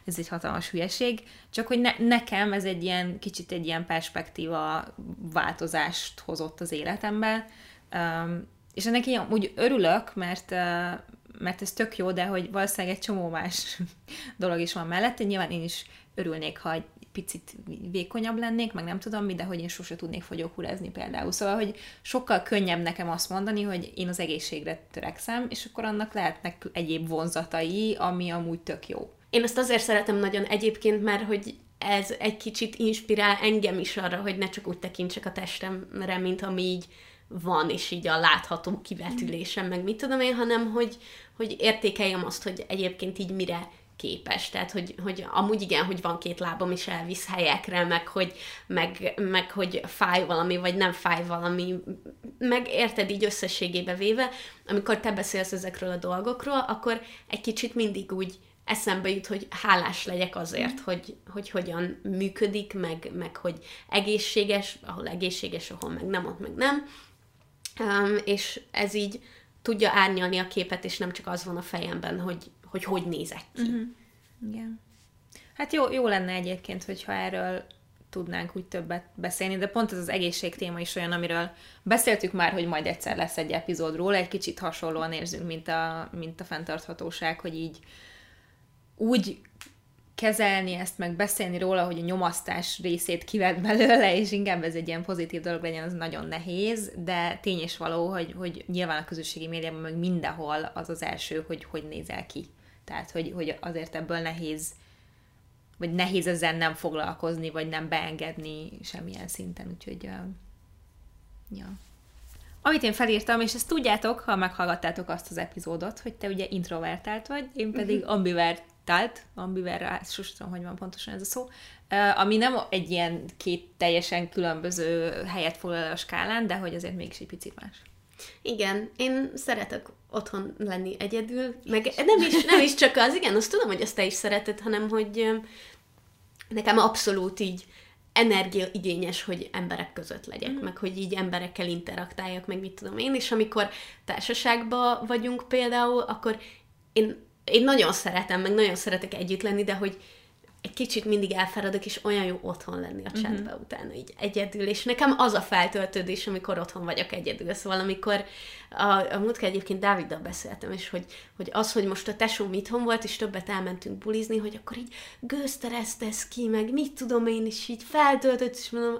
ez egy hatalmas hülyeség, csak hogy nekem ez egy ilyen, kicsit egy ilyen perspektíva változást hozott az életembe, és ennek én úgy örülök, mert ez tök jó, de hogy valószínűleg egy csomó más dolog is van mellette. Nyilván én is örülnék, ha egy picit vékonyabb lennék, meg nem tudom mi, de hogy én sose tudnék fogyókúrázni például. Szóval, hogy sokkal könnyebb nekem azt mondani, hogy én az egészségre törekszem, és akkor annak lehetnek egyéb vonzatai, ami amúgy tök jó. Én ezt azért szeretem nagyon egyébként, mert hogy ez egy kicsit inspirál engem is arra, hogy ne csak úgy tekintsek a testemre, mint ami így van, és így a látható kivetülésem, meg mit tudom én, hanem hogy értékeljem azt, hogy egyébként így mire képes. Tehát, hogy amúgy igen, hogy van két lábam, és elvisz helyekre, meg hogy fáj valami, vagy nem fáj valami, meg érted így összességébe véve, amikor te beszélsz ezekről a dolgokról, akkor egy kicsit mindig úgy eszembe jut, hogy hálás legyek azért, hogy hogyan működik, meg hogy egészséges, ahol egészséges, ahol meg nem, ott meg nem. És ez így tudja árnyalni a képet, és nem csak az van a fejemben, hogy nézek ki. Igen. Hát jó lenne egyébként, hogyha erről tudnánk úgy többet beszélni, de pont ez az egészség téma is olyan, amiről beszéltük már, hogy majd egyszer lesz egy epizód róla, egy kicsit hasonlóan érzünk, mint a fenntarthatóság, hogy így úgy kezelni ezt, meg beszélni róla, hogy a nyomasztás részét kivett belőle, és inkább ez egy ilyen pozitív dolog legyen, az nagyon nehéz, de tény és való, hogy nyilván a közösségi médiában meg mindenhol az az első, hogy nézel ki. Tehát, hogy azért ebből nehéz ezzel nem foglalkozni, vagy nem beengedni semmilyen szinten, úgyhogy ja. Amit én felírtam, és ezt tudjátok, ha meghallgattátok azt az epizódot, hogy te ugye introvertált vagy, én pedig ambivertált, sosem tudom, hogy van pontosan ez a szó, ami nem egy ilyen két teljesen különböző helyet foglal a skálán, de hogy azért mégis egy picit más. Igen, én szeretek otthon lenni egyedül, meg nem is csak az, igen, azt tudom, hogy azt te is szereted, hanem hogy nekem abszolút így energiaigényes, hogy emberek között legyek, meg hogy így emberekkel interaktáljak, meg mit tudom én, és amikor társaságban vagyunk például, akkor én nagyon szeretem, meg nagyon szeretek együtt lenni, de hogy egy kicsit mindig elfáradok, és olyan jó otthon lenni a csendbe utána, így egyedül, és nekem az a feltöltődés, amikor otthon vagyok egyedül. Szóval amikor a múltkor egyébként Dáviddal beszéltem, és hogy az, hogy most a tesóm itthon volt, és többet elmentünk bulizni, hogy akkor így gőzteresztesz ki, meg mit tudom én, és így feltöltött, és mondom,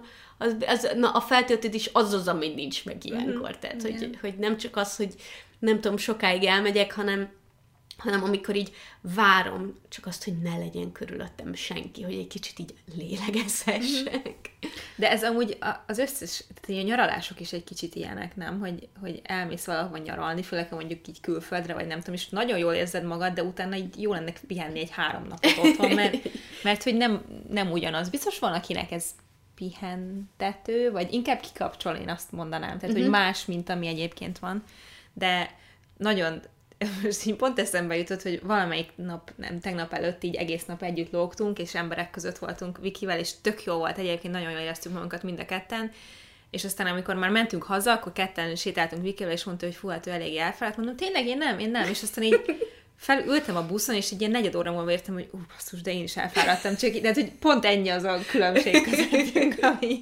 a feltöltődés az, ami nincs meg ilyenkor. Tehát, hogy nem csak az, hogy nem tudom, sokáig elmegyek, hanem amikor így várom csak azt, hogy ne legyen körülöttem senki, hogy egy kicsit így lélegezhessek. De ez amúgy az összes, tehát a nyaralások is egy kicsit ilyenek, nem? Hogy elmész valahova nyaralni, főleg mondjuk így külföldre, vagy nem tudom, és nagyon jól érzed magad, de utána így jó lenne pihenni egy 3 napot otthon, mert hogy nem ugyanaz. Biztos van, akinek ez pihentető, vagy inkább kikapcsol, én azt mondanám. Tehát, hogy más, mint ami egyébként van. De nagyon most így pont eszembe jutott, hogy valamelyik nap, nem, tegnap előtt így egész nap együtt lógtunk, és emberek között voltunk Vikivel, és tök jó volt, egyébként nagyon jól éreztük magunkat mind a ketten, és aztán amikor már mentünk haza, akkor ketten sétáltunk Vikivel, és mondta, hogy fú, hát ő eléggé elfáradt, mondom, tényleg én nem, és aztán így felültem a buszon, és egy ilyen 4 óra múlva értem, hogy basszus, de én is elfáradtam, csak de hogy pont ennyi az a különbség közöttünk,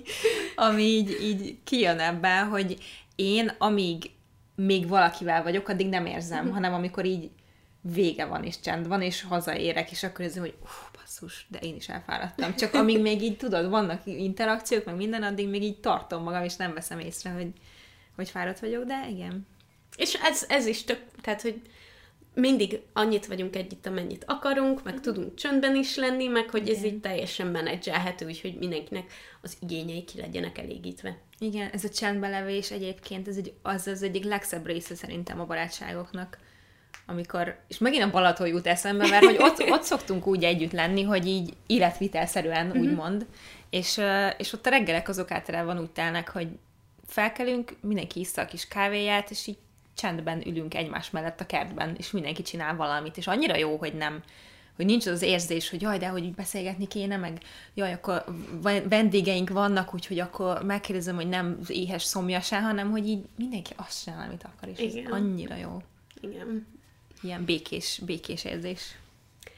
ami így kijön ebben, hogy én, amíg még valakivel vagyok, addig nem érzem, hanem amikor így vége van, és csend van, és hazaérek, és akkor érzem, hogy basszus, de én is elfáradtam. Csak amíg még így tudod, vannak interakciók, meg minden, addig még így tartom magam, és nem veszem észre, hogy fáradt vagyok, de igen. És ez is tök, tehát, hogy mindig annyit vagyunk együtt, amennyit akarunk, meg tudunk csöndben is lenni, meg hogy ez így teljesen menedzselhető, úgyhogy mindenkinek az igényei ki legyenek elégítve. Igen, ez a csendbelevés egyébként, az egyik legszebb része szerintem a barátságoknak, amikor, és megint a Balaton jut eszembe, mert hogy ott szoktunk úgy együtt lenni, hogy így életvitelszerűen úgymond, és ott a reggelek azok általában úgy telnek, hogy felkelünk, mindenki issza a kis kávéját, és így csendben ülünk egymás mellett a kertben, és mindenki csinál valamit, és annyira jó, hogy nincs az érzés, hogy jaj, de hogy így beszélgetni kéne, meg jaj, akkor vendégeink vannak, úgyhogy akkor megkérdezem, hogy nem éhes szomjaság, hanem hogy így mindenki azt csinál, amit akar, és ez annyira jó. Igen. Ilyen békés érzés.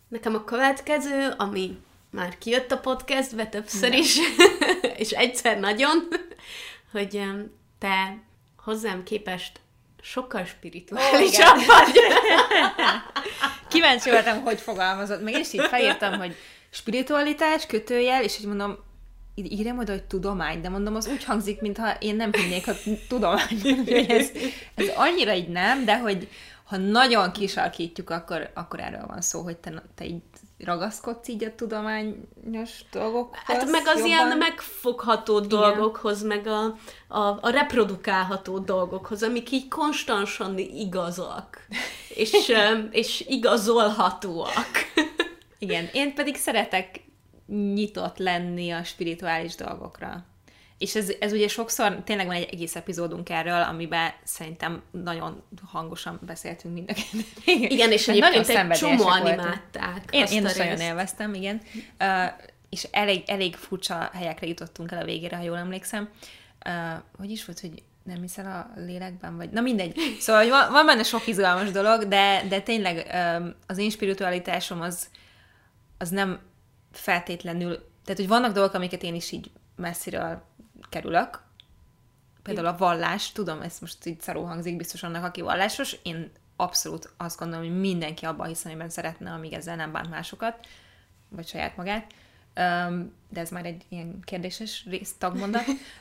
Nekem a következő, ami már kijött a podcastbe többször is, és egyszer nagyon, hogy te hozzám képest sokkal spirituálisabb vagy. Kíváncsi voltam, hogy fogalmazott. Meg én is így felírtam, hogy spiritualitás, kötőjel, és így mondom, írjam oda, hogy tudomány, de mondom, az úgy hangzik, mintha én nem hinnék a tudomány. Ez annyira így nem, de hogy ha nagyon kisarkítjuk, akkor erről van szó, hogy te így ragaszkodsz így a tudományos dolgokhoz. Hát meg az jobban ilyen megfogható dolgokhoz, meg a reprodukálható dolgokhoz, amik így konstansan igazak, és igazolhatóak. Igen, én pedig szeretek nyitott lenni a spirituális dolgokra. És ez ugye sokszor, tényleg van egy egész epizódunk erről, amiben szerintem nagyon hangosan beszéltünk mindenkinek. Igen, és egyébként egy csomó animálták. Én is nagyon élveztem, igen. És elég furcsa helyekre jutottunk el a végére, ha jól emlékszem. Hogy is volt, hogy nem hiszel a lélekben, vagy... Na mindegy. Szóval van benne sok izgalmas dolog, de tényleg az én spiritualitásom az nem feltétlenül... Tehát, hogy vannak dolgok, amiket én is így messziről kerülök. Például a vallás, tudom, ez most így szarul hangzik biztos annak, aki vallásos. Én abszolút azt gondolom, hogy mindenki abban hisz, amiben szeretne, amíg ezzel nem bánt másokat, vagy saját magát. De ez már egy ilyen kérdéses tagmondat.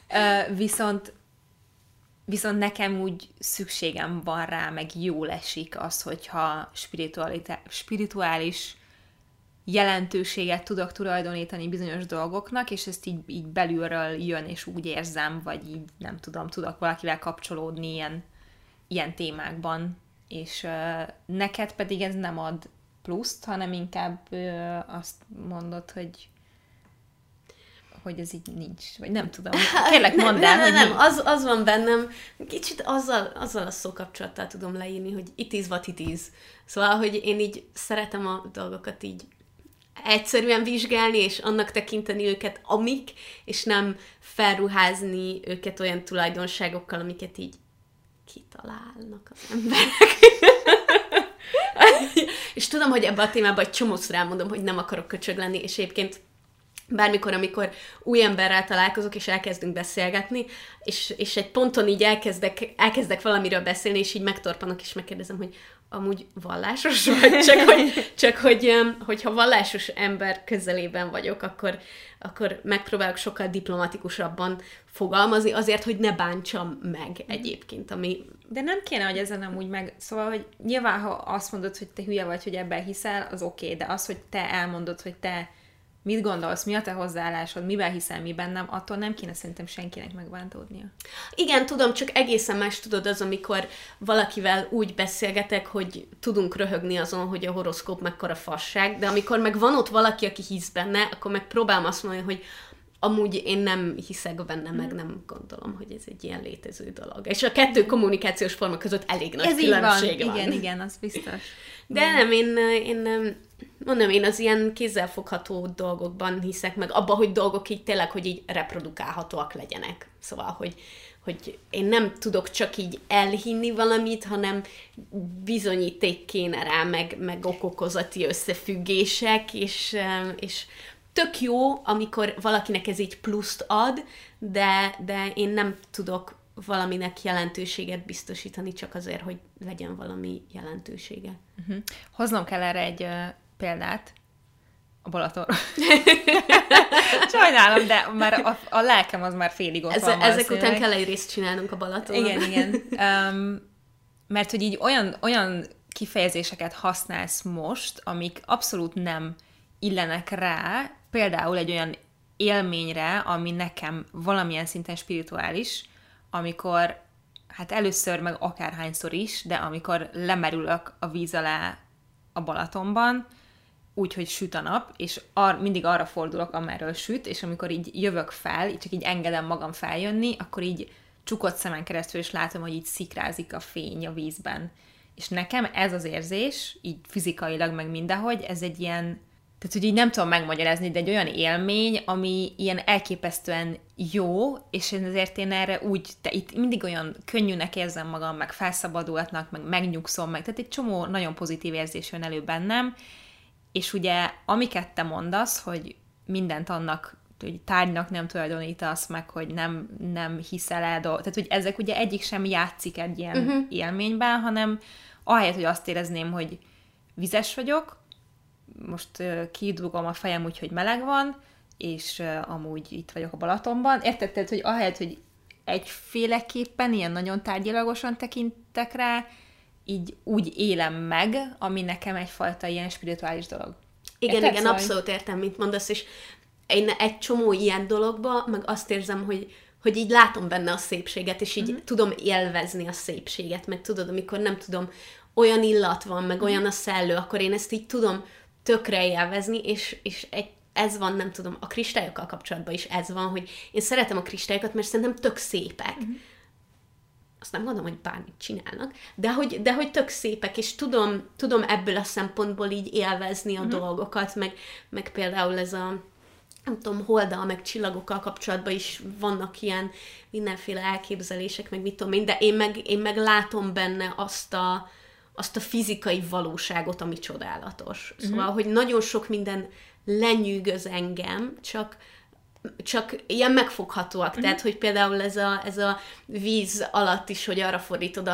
Viszont nekem úgy szükségem van rá, meg jól esik az, hogyha spirituális jelentőséget tudok tulajdonítani bizonyos dolgoknak, és ezt így belülről jön, és úgy érzem, vagy így nem tudom, tudok valakivel kapcsolódni ilyen témákban, és neked pedig ez nem ad pluszt, hanem inkább azt mondod, hogy ez így nincs, vagy nem tudom. Kérlek, mondd el, Nem, az van bennem, kicsit azzal a szókapcsolattal tudom leírni, hogy it is what it is. Szóval, hogy én így szeretem a dolgokat így egyszerűen vizsgálni, és annak tekinteni őket, amik, és nem felruházni őket olyan tulajdonságokkal, amiket így kitalálnak az emberek. És tudom, hogy ebben a témában egy csomószor elmondom, hogy nem akarok köcsög lenni, és egyébként bármikor, amikor új emberrel találkozok, és elkezdünk beszélgetni, és egy ponton így elkezdek valamiről beszélni, és így megtorpanok, és megkérdezem, hogy amúgy vallásos vagy? Csak hogyha vallásos ember közelében vagyok, akkor megpróbálok sokkal diplomatikusabban fogalmazni, azért, hogy ne bántsam meg egyébként, ami... De nem kéne, hogy ezen amúgy Szóval, hogy nyilván, ha azt mondod, hogy te hülye vagy, hogy ebben hiszel, az oké, de az, hogy te elmondod, hogy te mit gondolsz, mi a te hozzáállásod, miben hiszel, miben nem, attól nem kéne szerintem senkinek megbántódnia. Igen, tudom, csak egészen más tudod az, amikor valakivel úgy beszélgetek, hogy tudunk röhögni azon, hogy a horoszkóp mekkora fasság, de amikor meg van ott valaki, aki hisz benne, akkor meg próbálom azt mondani, hogy amúgy én nem hiszek benne, meg nem gondolom, hogy ez egy ilyen létező dolog. És a kettő kommunikációs forma között elég nagy ez különbség van. Igen, az biztos. De nem, én az ilyen kézzelfogható dolgokban hiszek, meg abba, hogy dolgok így tényleg, hogy így reprodukálhatóak legyenek. Szóval, hogy én nem tudok csak így elhinni valamit, hanem bizonyíték kéne rá, meg okokozati összefüggések, és tök jó, amikor valakinek ez így pluszt ad, de én nem tudok valaminek jelentőséget biztosítani csak azért, hogy legyen valami jelentősége. Uh-huh. Hoznom kell erre egy példát a Balatonról. Sajnálom, de már a lelkem az már félig ott van. Ezek után kell egy részt csinálnunk a Balatonról. Igen. Mert hogy így olyan kifejezéseket használsz most, amik abszolút nem illenek rá, például egy olyan élményre, ami nekem valamilyen szinten spirituális, amikor, hát először meg akárhányszor is, de amikor lemerülök a víz alá a Balatonban, úgy, hogy süt a nap, és mindig arra fordulok, amerről süt, és amikor így jövök fel, csak így engedem magam feljönni, akkor így csukott szemen keresztül, és látom, hogy így szikrázik a fény a vízben. És nekem ez az érzés, így fizikailag, meg mindenhogy, ez egy ilyen, tehát, hogy így nem tudom megmagyarázni, de egy olyan élmény, ami ilyen elképesztően jó, és ezért én erre úgy, itt mindig olyan könnyűnek érzem magam, meg felszabadultnak, meg megnyugszom, meg, tehát egy csomó nagyon pozitív érzés jön elő bennem, és ugye amiket te mondasz, hogy mindent annak, hogy tárgynak nem tulajdonítasz, meg hogy nem hiszel el tehát hogy ezek ugye egyik sem játszik egy ilyen élményben, hanem ahelyett, hogy azt érezném, hogy vizes vagyok, most kidugom a fejem úgy, hogy meleg van, és amúgy itt vagyok a Balatonban. Érted? Tehát, hogy ahelyett, hogy egyféleképpen ilyen nagyon tárgyilagosan tekintek rá, így úgy élem meg, ami nekem egyfajta ilyen spirituális dolog. Igen, érted? Igen, abszolút értem, mit mondasz, és én egy csomó ilyen dologba, meg azt érzem, hogy így látom benne a szépséget, és így tudom élvezni a szépséget, meg tudod, amikor nem tudom, olyan illat van, meg olyan a szellő, akkor én ezt így tudom tökre élvezni, és ez van, nem tudom, a kristályokkal kapcsolatban is ez van, hogy én szeretem a kristályokat, mert szerintem tök szépek. Azt nem mondom, hogy bármit csinálnak, de hogy tök szépek, és tudom ebből a szempontból így élvezni a dolgokat, meg például ez a nem tudom, holddal, meg csillagokkal kapcsolatban is vannak ilyen mindenféle elképzelések, meg mit tudom én, de én meg látom benne azt a fizikai valóságot, ami csodálatos. Szóval, hogy nagyon sok minden lenyűgöz engem, csak ilyen megfoghatóak. Tehát, hogy például ez a víz alatt is, hogy arra fordítod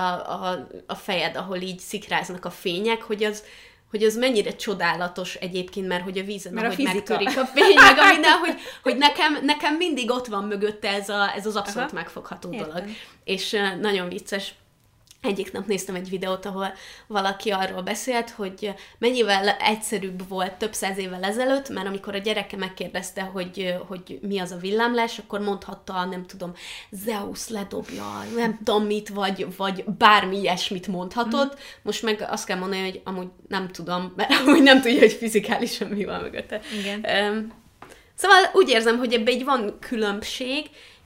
a fejed, ahol így szikráznak a fények, hogy az mennyire csodálatos egyébként, mert hogy a vízen, mert ahogy megtörik a fény, meg a minden, hogy nekem mindig ott van mögötte ez az abszolút megfogható dolog. És nagyon vicces. Egyik nap néztem egy videót, ahol valaki arról beszélt, hogy mennyivel egyszerűbb volt több 100 évvel ezelőtt, mert amikor a gyereke megkérdezte, hogy mi az a villámlás, akkor mondhatta, nem tudom, Zeus ledobja, nem tudom mit, vagy bármi ilyesmit mondhatott. Most meg azt kell mondani, hogy amúgy nem tudom, mert amúgy nem tudja, hogy fizikálisan mi van mögötte. Igen. Szóval úgy érzem, hogy ebben így van különbség,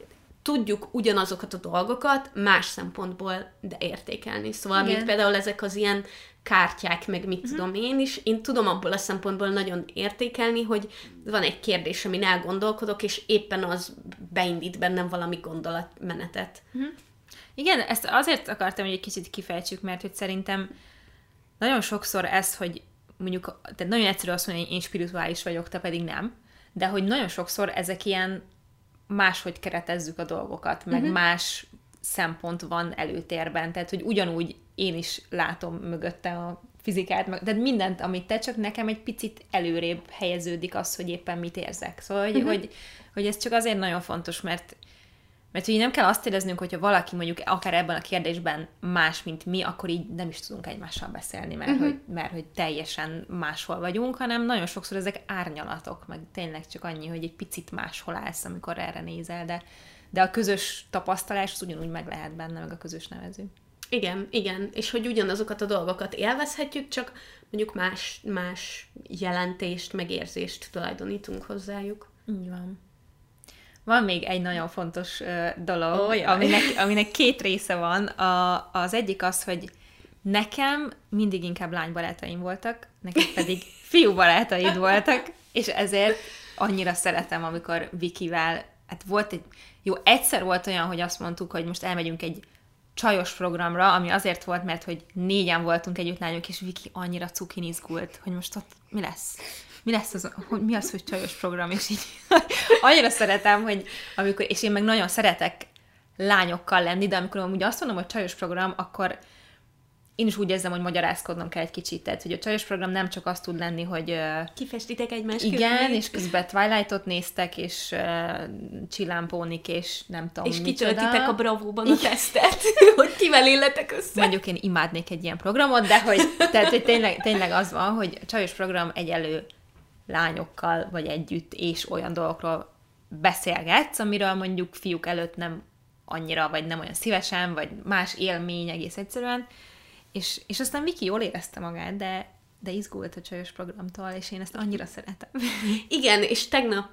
tudjuk ugyanazokat a dolgokat más szempontból, de értékelni. Szóval, mint például ezek az ilyen kártyák, meg mit tudom én is, én tudom abból a szempontból nagyon értékelni, hogy van egy kérdés, amin elgondolkodok, és éppen az beindít bennem valami gondolatmenetet. Igen, ezt azért akartam, hogy egy kicsit kifejtsük, mert hogy szerintem nagyon sokszor ez, hogy mondjuk, tehát nagyon egyszerű azt mondani, hogy én spirituális vagyok, te pedig nem, de hogy nagyon sokszor ezek ilyen máshogy keretezzük a dolgokat, meg más szempont van előtérben, tehát, hogy ugyanúgy én is látom mögötte a fizikát, tehát mindent, amit te, csak nekem egy picit előrébb helyeződik az, hogy éppen mit érzek. Szóval, hogy ez csak azért nagyon fontos, mert hogy nem kell azt éreznünk, hogyha valaki mondjuk akár ebben a kérdésben más, mint mi, akkor így nem is tudunk egymással beszélni, mert hogy teljesen máshol vagyunk, hanem nagyon sokszor ezek árnyalatok, meg tényleg csak annyi, hogy egy picit máshol állsz, amikor erre nézel, de a közös tapasztalás az ugyanúgy meg lehet benne, meg a közös nevező. Igen, és hogy ugyanazokat a dolgokat élvezhetjük, csak mondjuk más jelentést, megérzést tulajdonítunk hozzájuk. Így van. Van még egy nagyon fontos dolog, aminek 2 része van. Az egyik az, hogy nekem mindig inkább lánybarátaim voltak, neked pedig fiúbarátaid voltak, és ezért annyira szeretem, amikor Vikivel, hát egyszer volt olyan, hogy azt mondtuk, hogy most elmegyünk egy csajos programra, ami azért volt, mert hogy 4-en voltunk együtt lányok, és Viki annyira cukin izgult, hogy most ott mi lesz? Mi lesz az, mi az, hogy csajos program, és így annyira szeretem, hogy amikor, és én meg nagyon szeretek lányokkal lenni, de amikor amúgy azt mondom, hogy csajos program, akkor én is úgy érzem, hogy magyarázkodnom kell egy kicsit, tehát, hogy a csajos program nem csak azt tud lenni, hogy kifestitek egymás igen, közé. és közben Twilightot néztek, és csillámpónik, és nem tudom, és kitöltitek a Bravóban a tesztet, hogy kivel illetek össze. Mondjuk én imádnék egy ilyen programot, de hogy tényleg az van, hogy a csajos program egyelő lányokkal vagy együtt, és olyan dolgokról beszélgetsz, amiről mondjuk fiúk előtt nem annyira, vagy nem olyan szívesen, vagy más élmény egész egyszerűen, és aztán Viki jól érezte magát, de izgult a csajos programtól, és én ezt annyira szeretem. Igen, és tegnap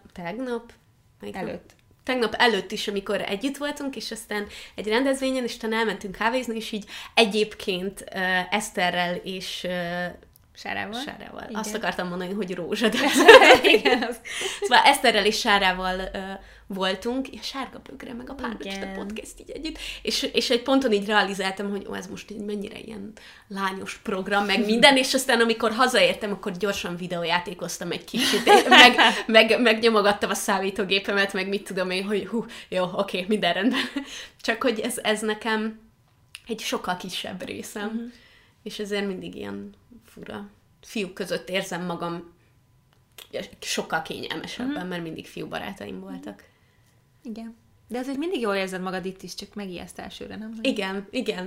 előtt is, amikor együtt voltunk, és aztán egy rendezvényen, és utána elmentünk kávézni, és így egyébként Eszterrel és Sárával. Sárával. Igen. Azt akartam mondani, hogy Rózsa, de Igen, az... Szóval Eszterrel és Sárával voltunk, a Sárga Bögre, meg a Párkocska Igen. podcast így együtt, és egy ponton így realizáltam, hogy ez most így mennyire ilyen lányos program, meg minden, és aztán amikor hazaértem, akkor gyorsan videójátékoztam egy kicsit, meg nyomogattam a számítógépemet, meg mit tudom én, hogy jó, oké, minden rendben. Csak hogy ez nekem egy sokkal kisebb részem, és ezért mindig ilyen fura. Fiúk között érzem magam sokkal kényelmesebben, mert mindig fiú barátaim voltak. Igen. De azért mindig jól érzed magad itt is, csak megijeszt elsőre, nem? Igen.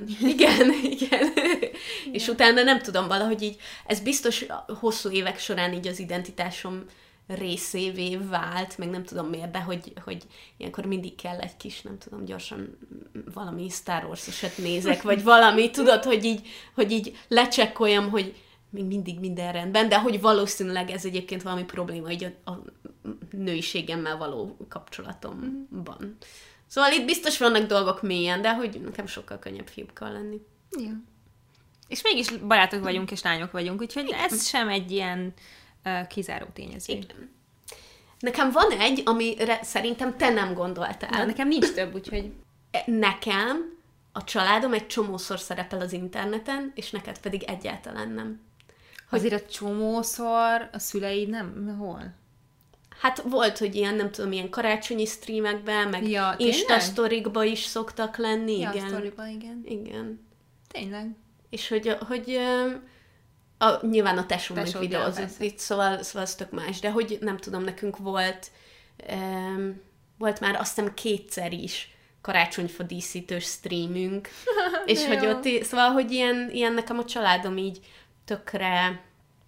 És utána nem tudom, valahogy így, ez biztos hosszú évek során így az identitásom részévé vált, meg nem tudom miért, de hogy ilyenkor mindig kell egy kis, nem tudom, gyorsan valami Star Wars-oset nézek, vagy valami, tudod, hogy így lecsekkoljam, hogy még mindig minden rendben, de hogy valószínűleg ez egyébként valami probléma így a nőiségemmel való kapcsolatomban. Szóval itt biztos vannak dolgok mélyen, de hogy nekem sokkal könnyebb fiúkkal lenni. Ja. És mégis barátok vagyunk, és lányok vagyunk, úgyhogy ez sem egy ilyen kizáró tényező. Igen. Nekem van egy, amire szerintem te nem gondoltál. Na, nekem nincs több, úgyhogy... Nekem a családom egy csomószor szerepel az interneten, és neked pedig egyáltalán nem. Azért a csomószor a szüleid nem? Hol? Hát volt, hogy ilyen, nem tudom, ilyen karácsonyi streamekben, meg Insta-sztorikba is szoktak lenni. Ja, igen. sztoriba, igen. Igen. Tényleg. És hogy nyilván a tesóm meg videózott itt, szóval ez tök más, de hogy nem tudom, nekünk volt már azt hiszem 2-szer is karácsonyfa díszítős streamünk, és hogy ott, szóval, hogy ilyen nekem a családom így tökre,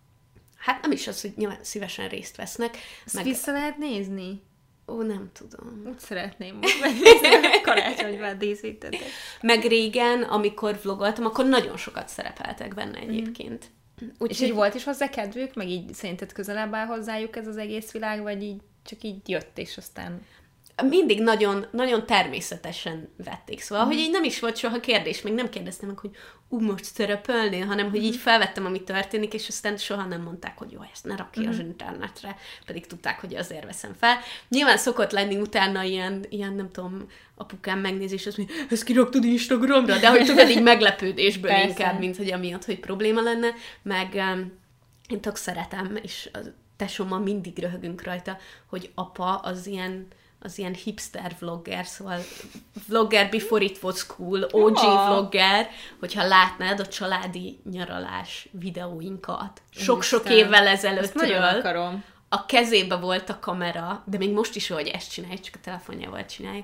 hát nem is az, hogy nyilván szívesen részt vesznek. Ezt vissza lehet nézni? Ó, nem tudom. Úgy szeretném most megnézni, karácsonyban díszítettek. Meg régen, amikor vlogoltam, akkor nagyon sokat szerepeltek benne egyébként. És így volt is hozzá kedvük, meg így szerinted közelebb áll hozzájuk ez az egész világ, vagy így csak így jött, és aztán... Mindig nagyon, nagyon természetesen vették. Szóval, hogy így nem is volt soha kérdés, még nem kérdeztem meg, hogy most szerepelnél, hanem hogy így felvettem, ami történik, és aztán soha nem mondták, hogy jó, ezt ne rakj az internetre, pedig tudták, hogy azért veszem fel. Nyilván szokott lenni utána ilyen nem tudom, apukám megnézi, és azt mondja, ezt kiraktad Instagramra, de hogy tudod, így meglepődésből inkább, mint hogy amiatt, hogy probléma lenne, meg én tök szeretem, és a tesómmal mindig röhögünk rajta, hogy apa az ilyen hipster vlogger, szóval vlogger before it was cool, OG vlogger, hogyha látnád a családi nyaralás videóinkat. Sok-sok évvel ezelőttről. akarom. A kezébe volt a kamera, de még most is, hogy ezt csinálja, csak a telefonjával csinálja,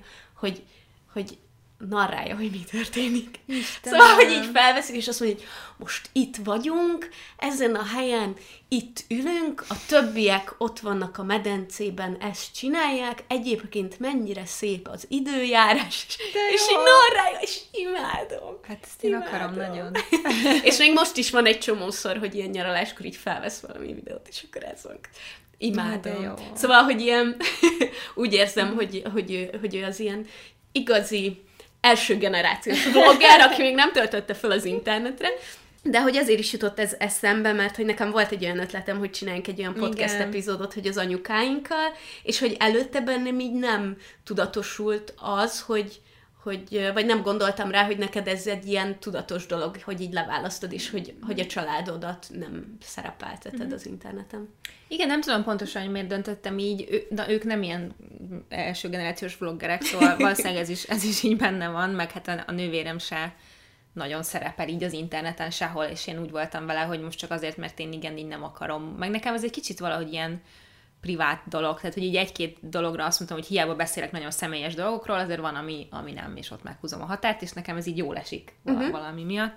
hogy narrálja, hogy mi történik. Istenem. Szóval, hogy így felveszik, és azt mondja, hogy most itt vagyunk, ezen a helyen itt ülünk, a többiek ott vannak a medencében, ezt csinálják, egyébként mennyire szép az időjárás, és így narrálja, és imádom. Hát ezt én akarom nagyon. És még most is van egy csomószor, hogy ilyen nyaraláskor így felvesz valami videót, és akkor ez van. Imádom. Szóval, hogy ilyen, úgy érzem, hogy ő az ilyen igazi első generációs vlogger, aki még nem töltötte fel az internetre, de hogy ezért is jutott ez eszembe, mert hogy nekem volt egy olyan ötletem, hogy csináljunk egy olyan podcast epizódot, hogy az anyukáinkkal, és hogy előtte bennem így nem tudatosult az, hogy vagy nem gondoltam rá, hogy neked ez egy ilyen tudatos dolog, hogy így leválasztod, és hogy a családodat nem szerepelteted az interneten. Igen, nem tudom pontosan, hogy miért döntöttem így, de ők nem ilyen első generációs vloggerek, szóval valószínűleg ez is így benne van, meg hát a nővérem se nagyon szerepel így az interneten sehol, és én úgy voltam vele, hogy most csak azért, mert én igen, így nem akarom. Meg nekem ez egy kicsit valahogy ilyen privát dolog, tehát hogy így egy-két dologra azt mondtam, hogy hiába beszélek nagyon személyes dolgokról, azért van, ami nem, és ott meghúzom a határt, és nekem ez így jól esik valami miatt.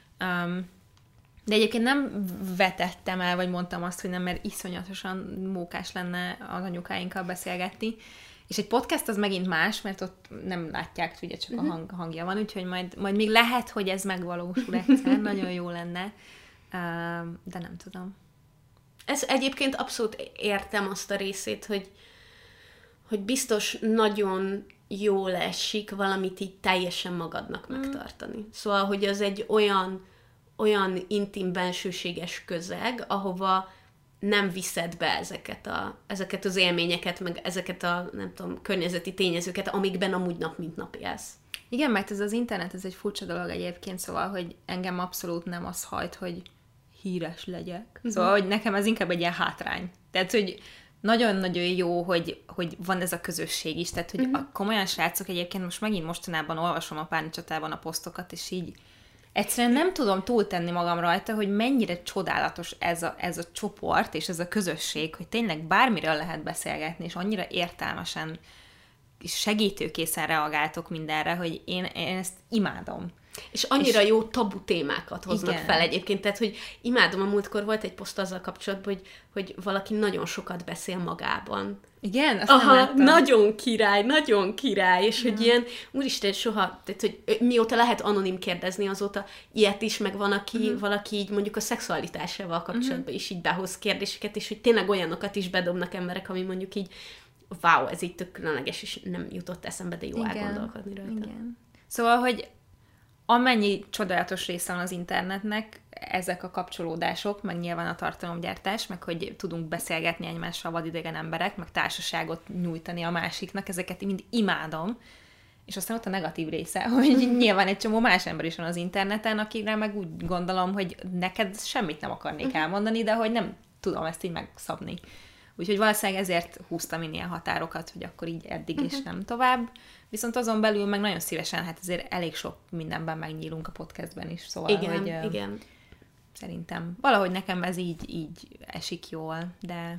De egyébként nem vetettem el, vagy mondtam azt, hogy nem, mert iszonyatosan mókás lenne az anyukáinkkal beszélgetni. És egy podcast az megint más, mert ott nem látják, ugye csak a hangja van, úgyhogy majd még lehet, hogy ez megvalósul egyszer, nagyon jó lenne, de nem tudom. Ez egyébként abszolút értem azt a részét, hogy biztos nagyon jól esik valamit így teljesen magadnak megtartani. Szóval, hogy az egy olyan intim, bensőséges közeg, ahova nem viszed be ezeket az élményeket, meg ezeket a, nem tudom, környezeti tényezőket, amikben amúgy nap mint nap élsz. Igen, mert ez az internet, ez egy furcsa dolog egyébként, szóval, hogy engem abszolút nem az hajt, hogy híres legyek. Szóval, hogy nekem ez inkább egy ilyen hátrány. Tehát, hogy nagyon-nagyon jó, hogy van ez a közösség is. Tehát, hogy a komolyan srácok egyébként most megint mostanában olvasom a párnicsatában a posztokat, és így egyszerűen nem tudom túltenni magam rajta, hogy mennyire csodálatos ez a csoport, és ez a közösség, hogy tényleg bármiről lehet beszélgetni, és annyira értelmesen és segítőkészen reagáltok mindenre, hogy én ezt imádom. És annyira jó tabu témákat hoznak fel egyébként, tehát, hogy imádom, a múltkor volt egy poszt azzal kapcsolatban, hogy valaki nagyon sokat beszél magában. Igen? Azt aha, nagyon király, és hogy ilyen, úristen, soha, tehát, hogy mióta lehet anonim kérdezni, azóta ilyet is, meg van, aki valaki így mondjuk a szexualitásával kapcsolatban is így behoz kérdéseket, és hogy tényleg olyanokat is bedobnak emberek, ami mondjuk így, wow, ez így tök különleges, és nem jutott eszembe, de jó elgondolkodni rajta. Igen. Szóval, hogy amennyi csodálatos része van az internetnek, ezek a kapcsolódások, meg nyilván a tartalomgyártás, meg hogy tudunk beszélgetni egymással vadidegen emberek, meg társaságot nyújtani a másiknak, ezeket mind imádom. És aztán ott a negatív része, hogy nyilván egy csomó más ember is van az interneten, akikre meg úgy gondolom, hogy neked semmit nem akarnék elmondani, de hogy nem tudom ezt így megszabni. Úgyhogy valószínűleg ezért húztam én ilyen határokat, hogy akkor így eddig és nem tovább. Viszont azon belül meg nagyon szívesen, hát azért elég sok mindenben megnyílunk a podcastben is, szóval, igen. Szerintem valahogy nekem ez így esik jól, de...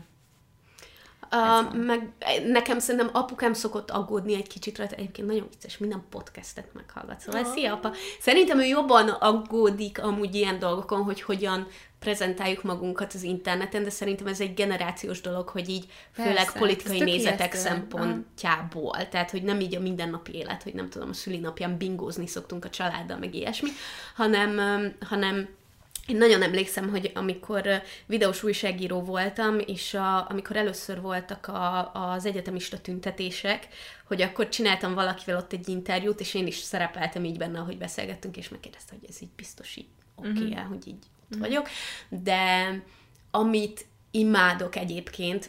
meg nekem szerintem apukám szokott aggódni egy kicsit rajta, egyébként nagyon vicces, minden podcastet meghallgat, szóval szia apa. Szerintem ő jobban aggódik amúgy ilyen dolgokon, hogy hogyan prezentáljuk magunkat az interneten, de szerintem ez egy generációs dolog, hogy így főleg persze, politikai nézetek szempontjából, tehát hogy nem így a mindennapi élet, hogy nem tudom, a szülinapján bingózni szoktunk a családdal, meg ilyesmi, hanem én nagyon emlékszem, hogy amikor videós újságíró voltam, és amikor először voltak az egyetemista tüntetések, hogy akkor csináltam valakivel ott egy interjút, és én is szerepeltem így benne, ahogy beszélgettünk, és megkérdezte, hogy ez így biztos így oké-e, hogy így ott vagyok. De amit imádok egyébként,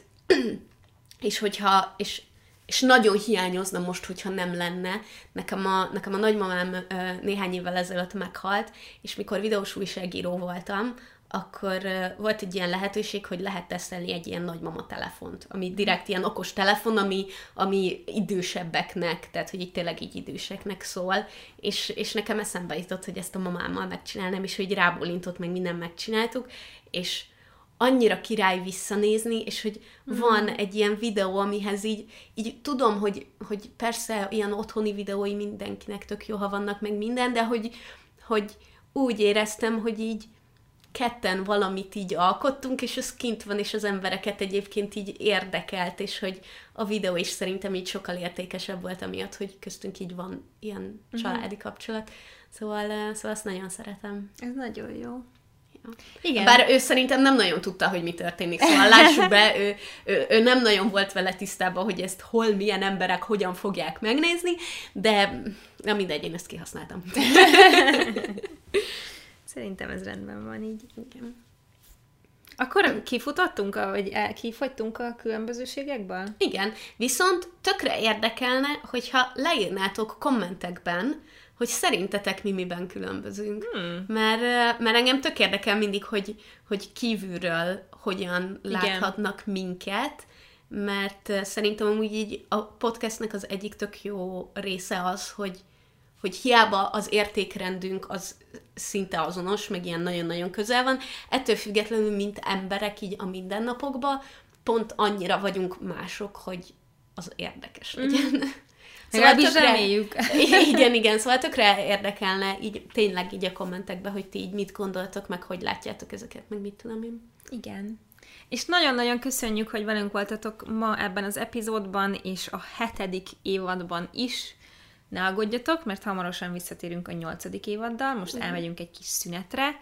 és nagyon hiányozna most, hogyha nem lenne. Nekem a nagymamám néhány évvel ezelőtt meghalt, és mikor videós újságíró voltam, akkor volt egy ilyen lehetőség, hogy lehet tesztelni egy ilyen nagymama telefont, ami direkt ilyen okos telefon, ami idősebbeknek, tehát hogy így tényleg így időseknek szól, és nekem eszembe jutott, hogy ezt a mamámmal megcsinálnám, és hogy rábólintott, meg mindent megcsináltuk, és annyira király visszanézni, és hogy van egy ilyen videó, amihez így tudom, hogy persze ilyen otthoni videói mindenkinek tök jó, ha vannak meg minden, de hogy úgy éreztem, hogy így ketten valamit így alkottunk, és az kint van, és az embereket egyébként így érdekelt, és hogy a videó is szerintem így sokkal értékesebb volt amiatt, hogy köztünk így van ilyen családi kapcsolat. Szóval azt nagyon szeretem. Ez nagyon jó. Igen. Bár ő szerintem nem nagyon tudta, hogy mi történik, szóval lássuk be, ő nem nagyon volt vele tisztában, hogy ezt hol, milyen emberek hogyan fogják megnézni, de mindegy, én ezt kihasználtam. Szerintem ez rendben van így. Igen. Akkor kifutottunk, vagy kifogytunk a különbözőségekből? Igen, viszont tökre érdekelne, hogyha leírnátok kommentekben, hogy szerintetek mi miben különbözünk. Mert engem tök érdekel mindig, hogy kívülről hogyan láthatnak minket, mert szerintem amúgy így a podcastnek az egyik tök jó része az, hogy hiába az értékrendünk az szinte azonos, meg ilyen nagyon-nagyon közel van, ettől függetlenül, mint emberek így a mindennapokban, pont annyira vagyunk mások, hogy az érdekes legyen. Szóval reméljük. Igen, szóval tökre érdekelne így, tényleg így a kommentekben, hogy ti így mit gondoltok, meg hogy látjátok ezeket, meg mit tudom én. Igen. És nagyon-nagyon köszönjük, hogy velünk voltatok ma ebben az epizódban, és a 7. évadban is. Ne aggódjatok, mert hamarosan visszatérünk a 8. évaddal, most elmegyünk egy kis szünetre,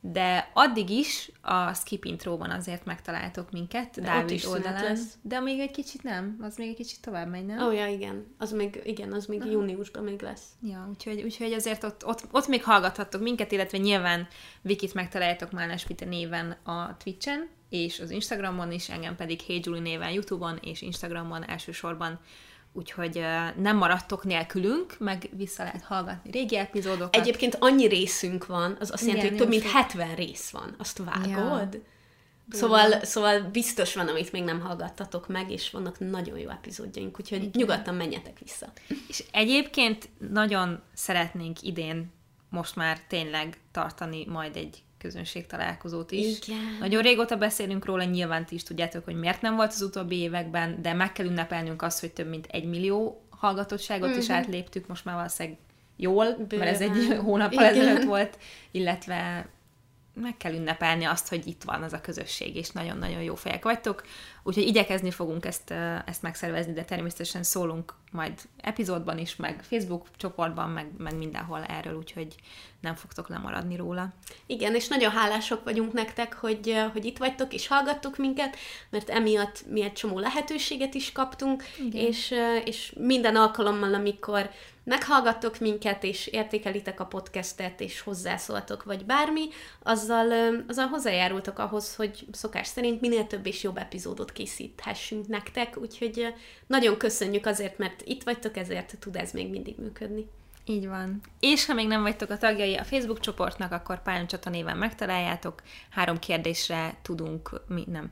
de addig is a Skip Intróban azért megtaláltok minket, de Dávid oldalán. Lesz. De még egy kicsit nem, az még egy kicsit tovább megy, nem? Ó, ja, igen. Az még júniusban még lesz. Ja, úgyhogy azért ott még hallgathattok minket, illetve nyilván Vikit megtaláljátok Málnás Pite néven a Twitchen, és az Instagramon is, engem pedig Hey Julie néven YouTube-on és Instagramon elsősorban. Úgyhogy nem maradtok nélkülünk, meg vissza lehet hallgatni régi epizódokat. Egyébként annyi részünk van, az azt jelenti, hogy több mint 70 rész van. Azt vágod? Ja. Szóval biztos van, amit még nem hallgattatok meg, és vannak nagyon jó epizódjaink, úgyhogy nyugodtan menjetek vissza. És egyébként nagyon szeretnénk idén most már tényleg tartani majd egy közönségtalálkozót is. Igen. Nagyon régóta beszélünk róla, nyilván ti is tudjátok, hogy miért nem volt az utóbbi években, de meg kell ünnepelnünk azt, hogy több mint 1 millió hallgatottságot is átléptük, most már valószínűleg jól, mert ez egy hónappal ezelőtt volt, illetve meg kell ünnepelni azt, hogy itt van az a közösség, és nagyon-nagyon jó fejek vagytok. Úgyhogy igyekezni fogunk ezt megszervezni, de természetesen szólunk majd epizódban is, meg Facebook csoportban, meg mindenhol erről, úgyhogy nem fogtok lemaradni róla. Igen, és nagyon hálások vagyunk nektek, hogy itt vagytok, és hallgattok minket, mert emiatt mi egy csomó lehetőséget is kaptunk, és minden alkalommal, amikor meghallgattok minket, és értékelitek a podcastet, és hozzászóltok, vagy bármi, azzal hozzájárultok ahhoz, hogy szokás szerint minél több és jobb epizódot készíthessünk nektek, úgyhogy nagyon köszönjük azért, mert itt vagytok, ezért tud ez még mindig működni. Így van. És ha még nem vagytok a tagjai a Facebook csoportnak, akkor Pálnacsata néven megtaláljátok. 3 kérdésre tudunk...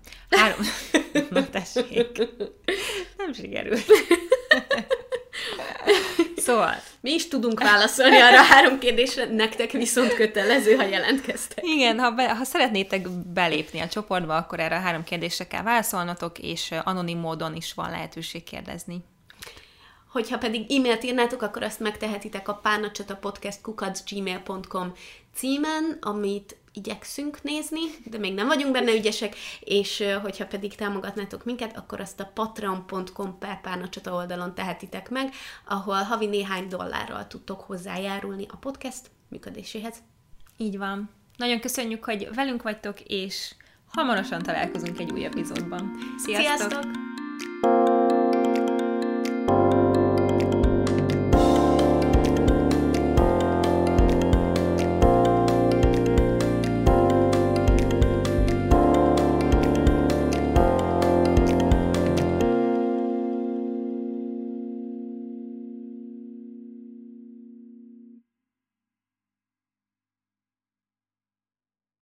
Na tessék. Nem sikerült. Szóval. Mi is tudunk válaszolni arra a 3 kérdésre, nektek viszont kötelező, ha jelentkeztek. Igen, ha szeretnétek belépni a csoportba, akkor erre a 3 kérdésre kell válaszolnotok, és anonim módon is van lehetőség kérdezni. Hogyha pedig e-mailt írnátok, akkor azt megtehetitek a pálnacsatapodcast@gmail.com címen, amit igyekszünk nézni, de még nem vagyunk benne ügyesek, és hogyha pedig támogatnátok minket, akkor azt a patreon.com/pálnacsata oldalon tehetitek meg, ahol havi néhány dollárral tudtok hozzájárulni a podcast működéséhez. Így van. Nagyon köszönjük, hogy velünk vagytok, és hamarosan találkozunk egy új epizódban. Sziasztok!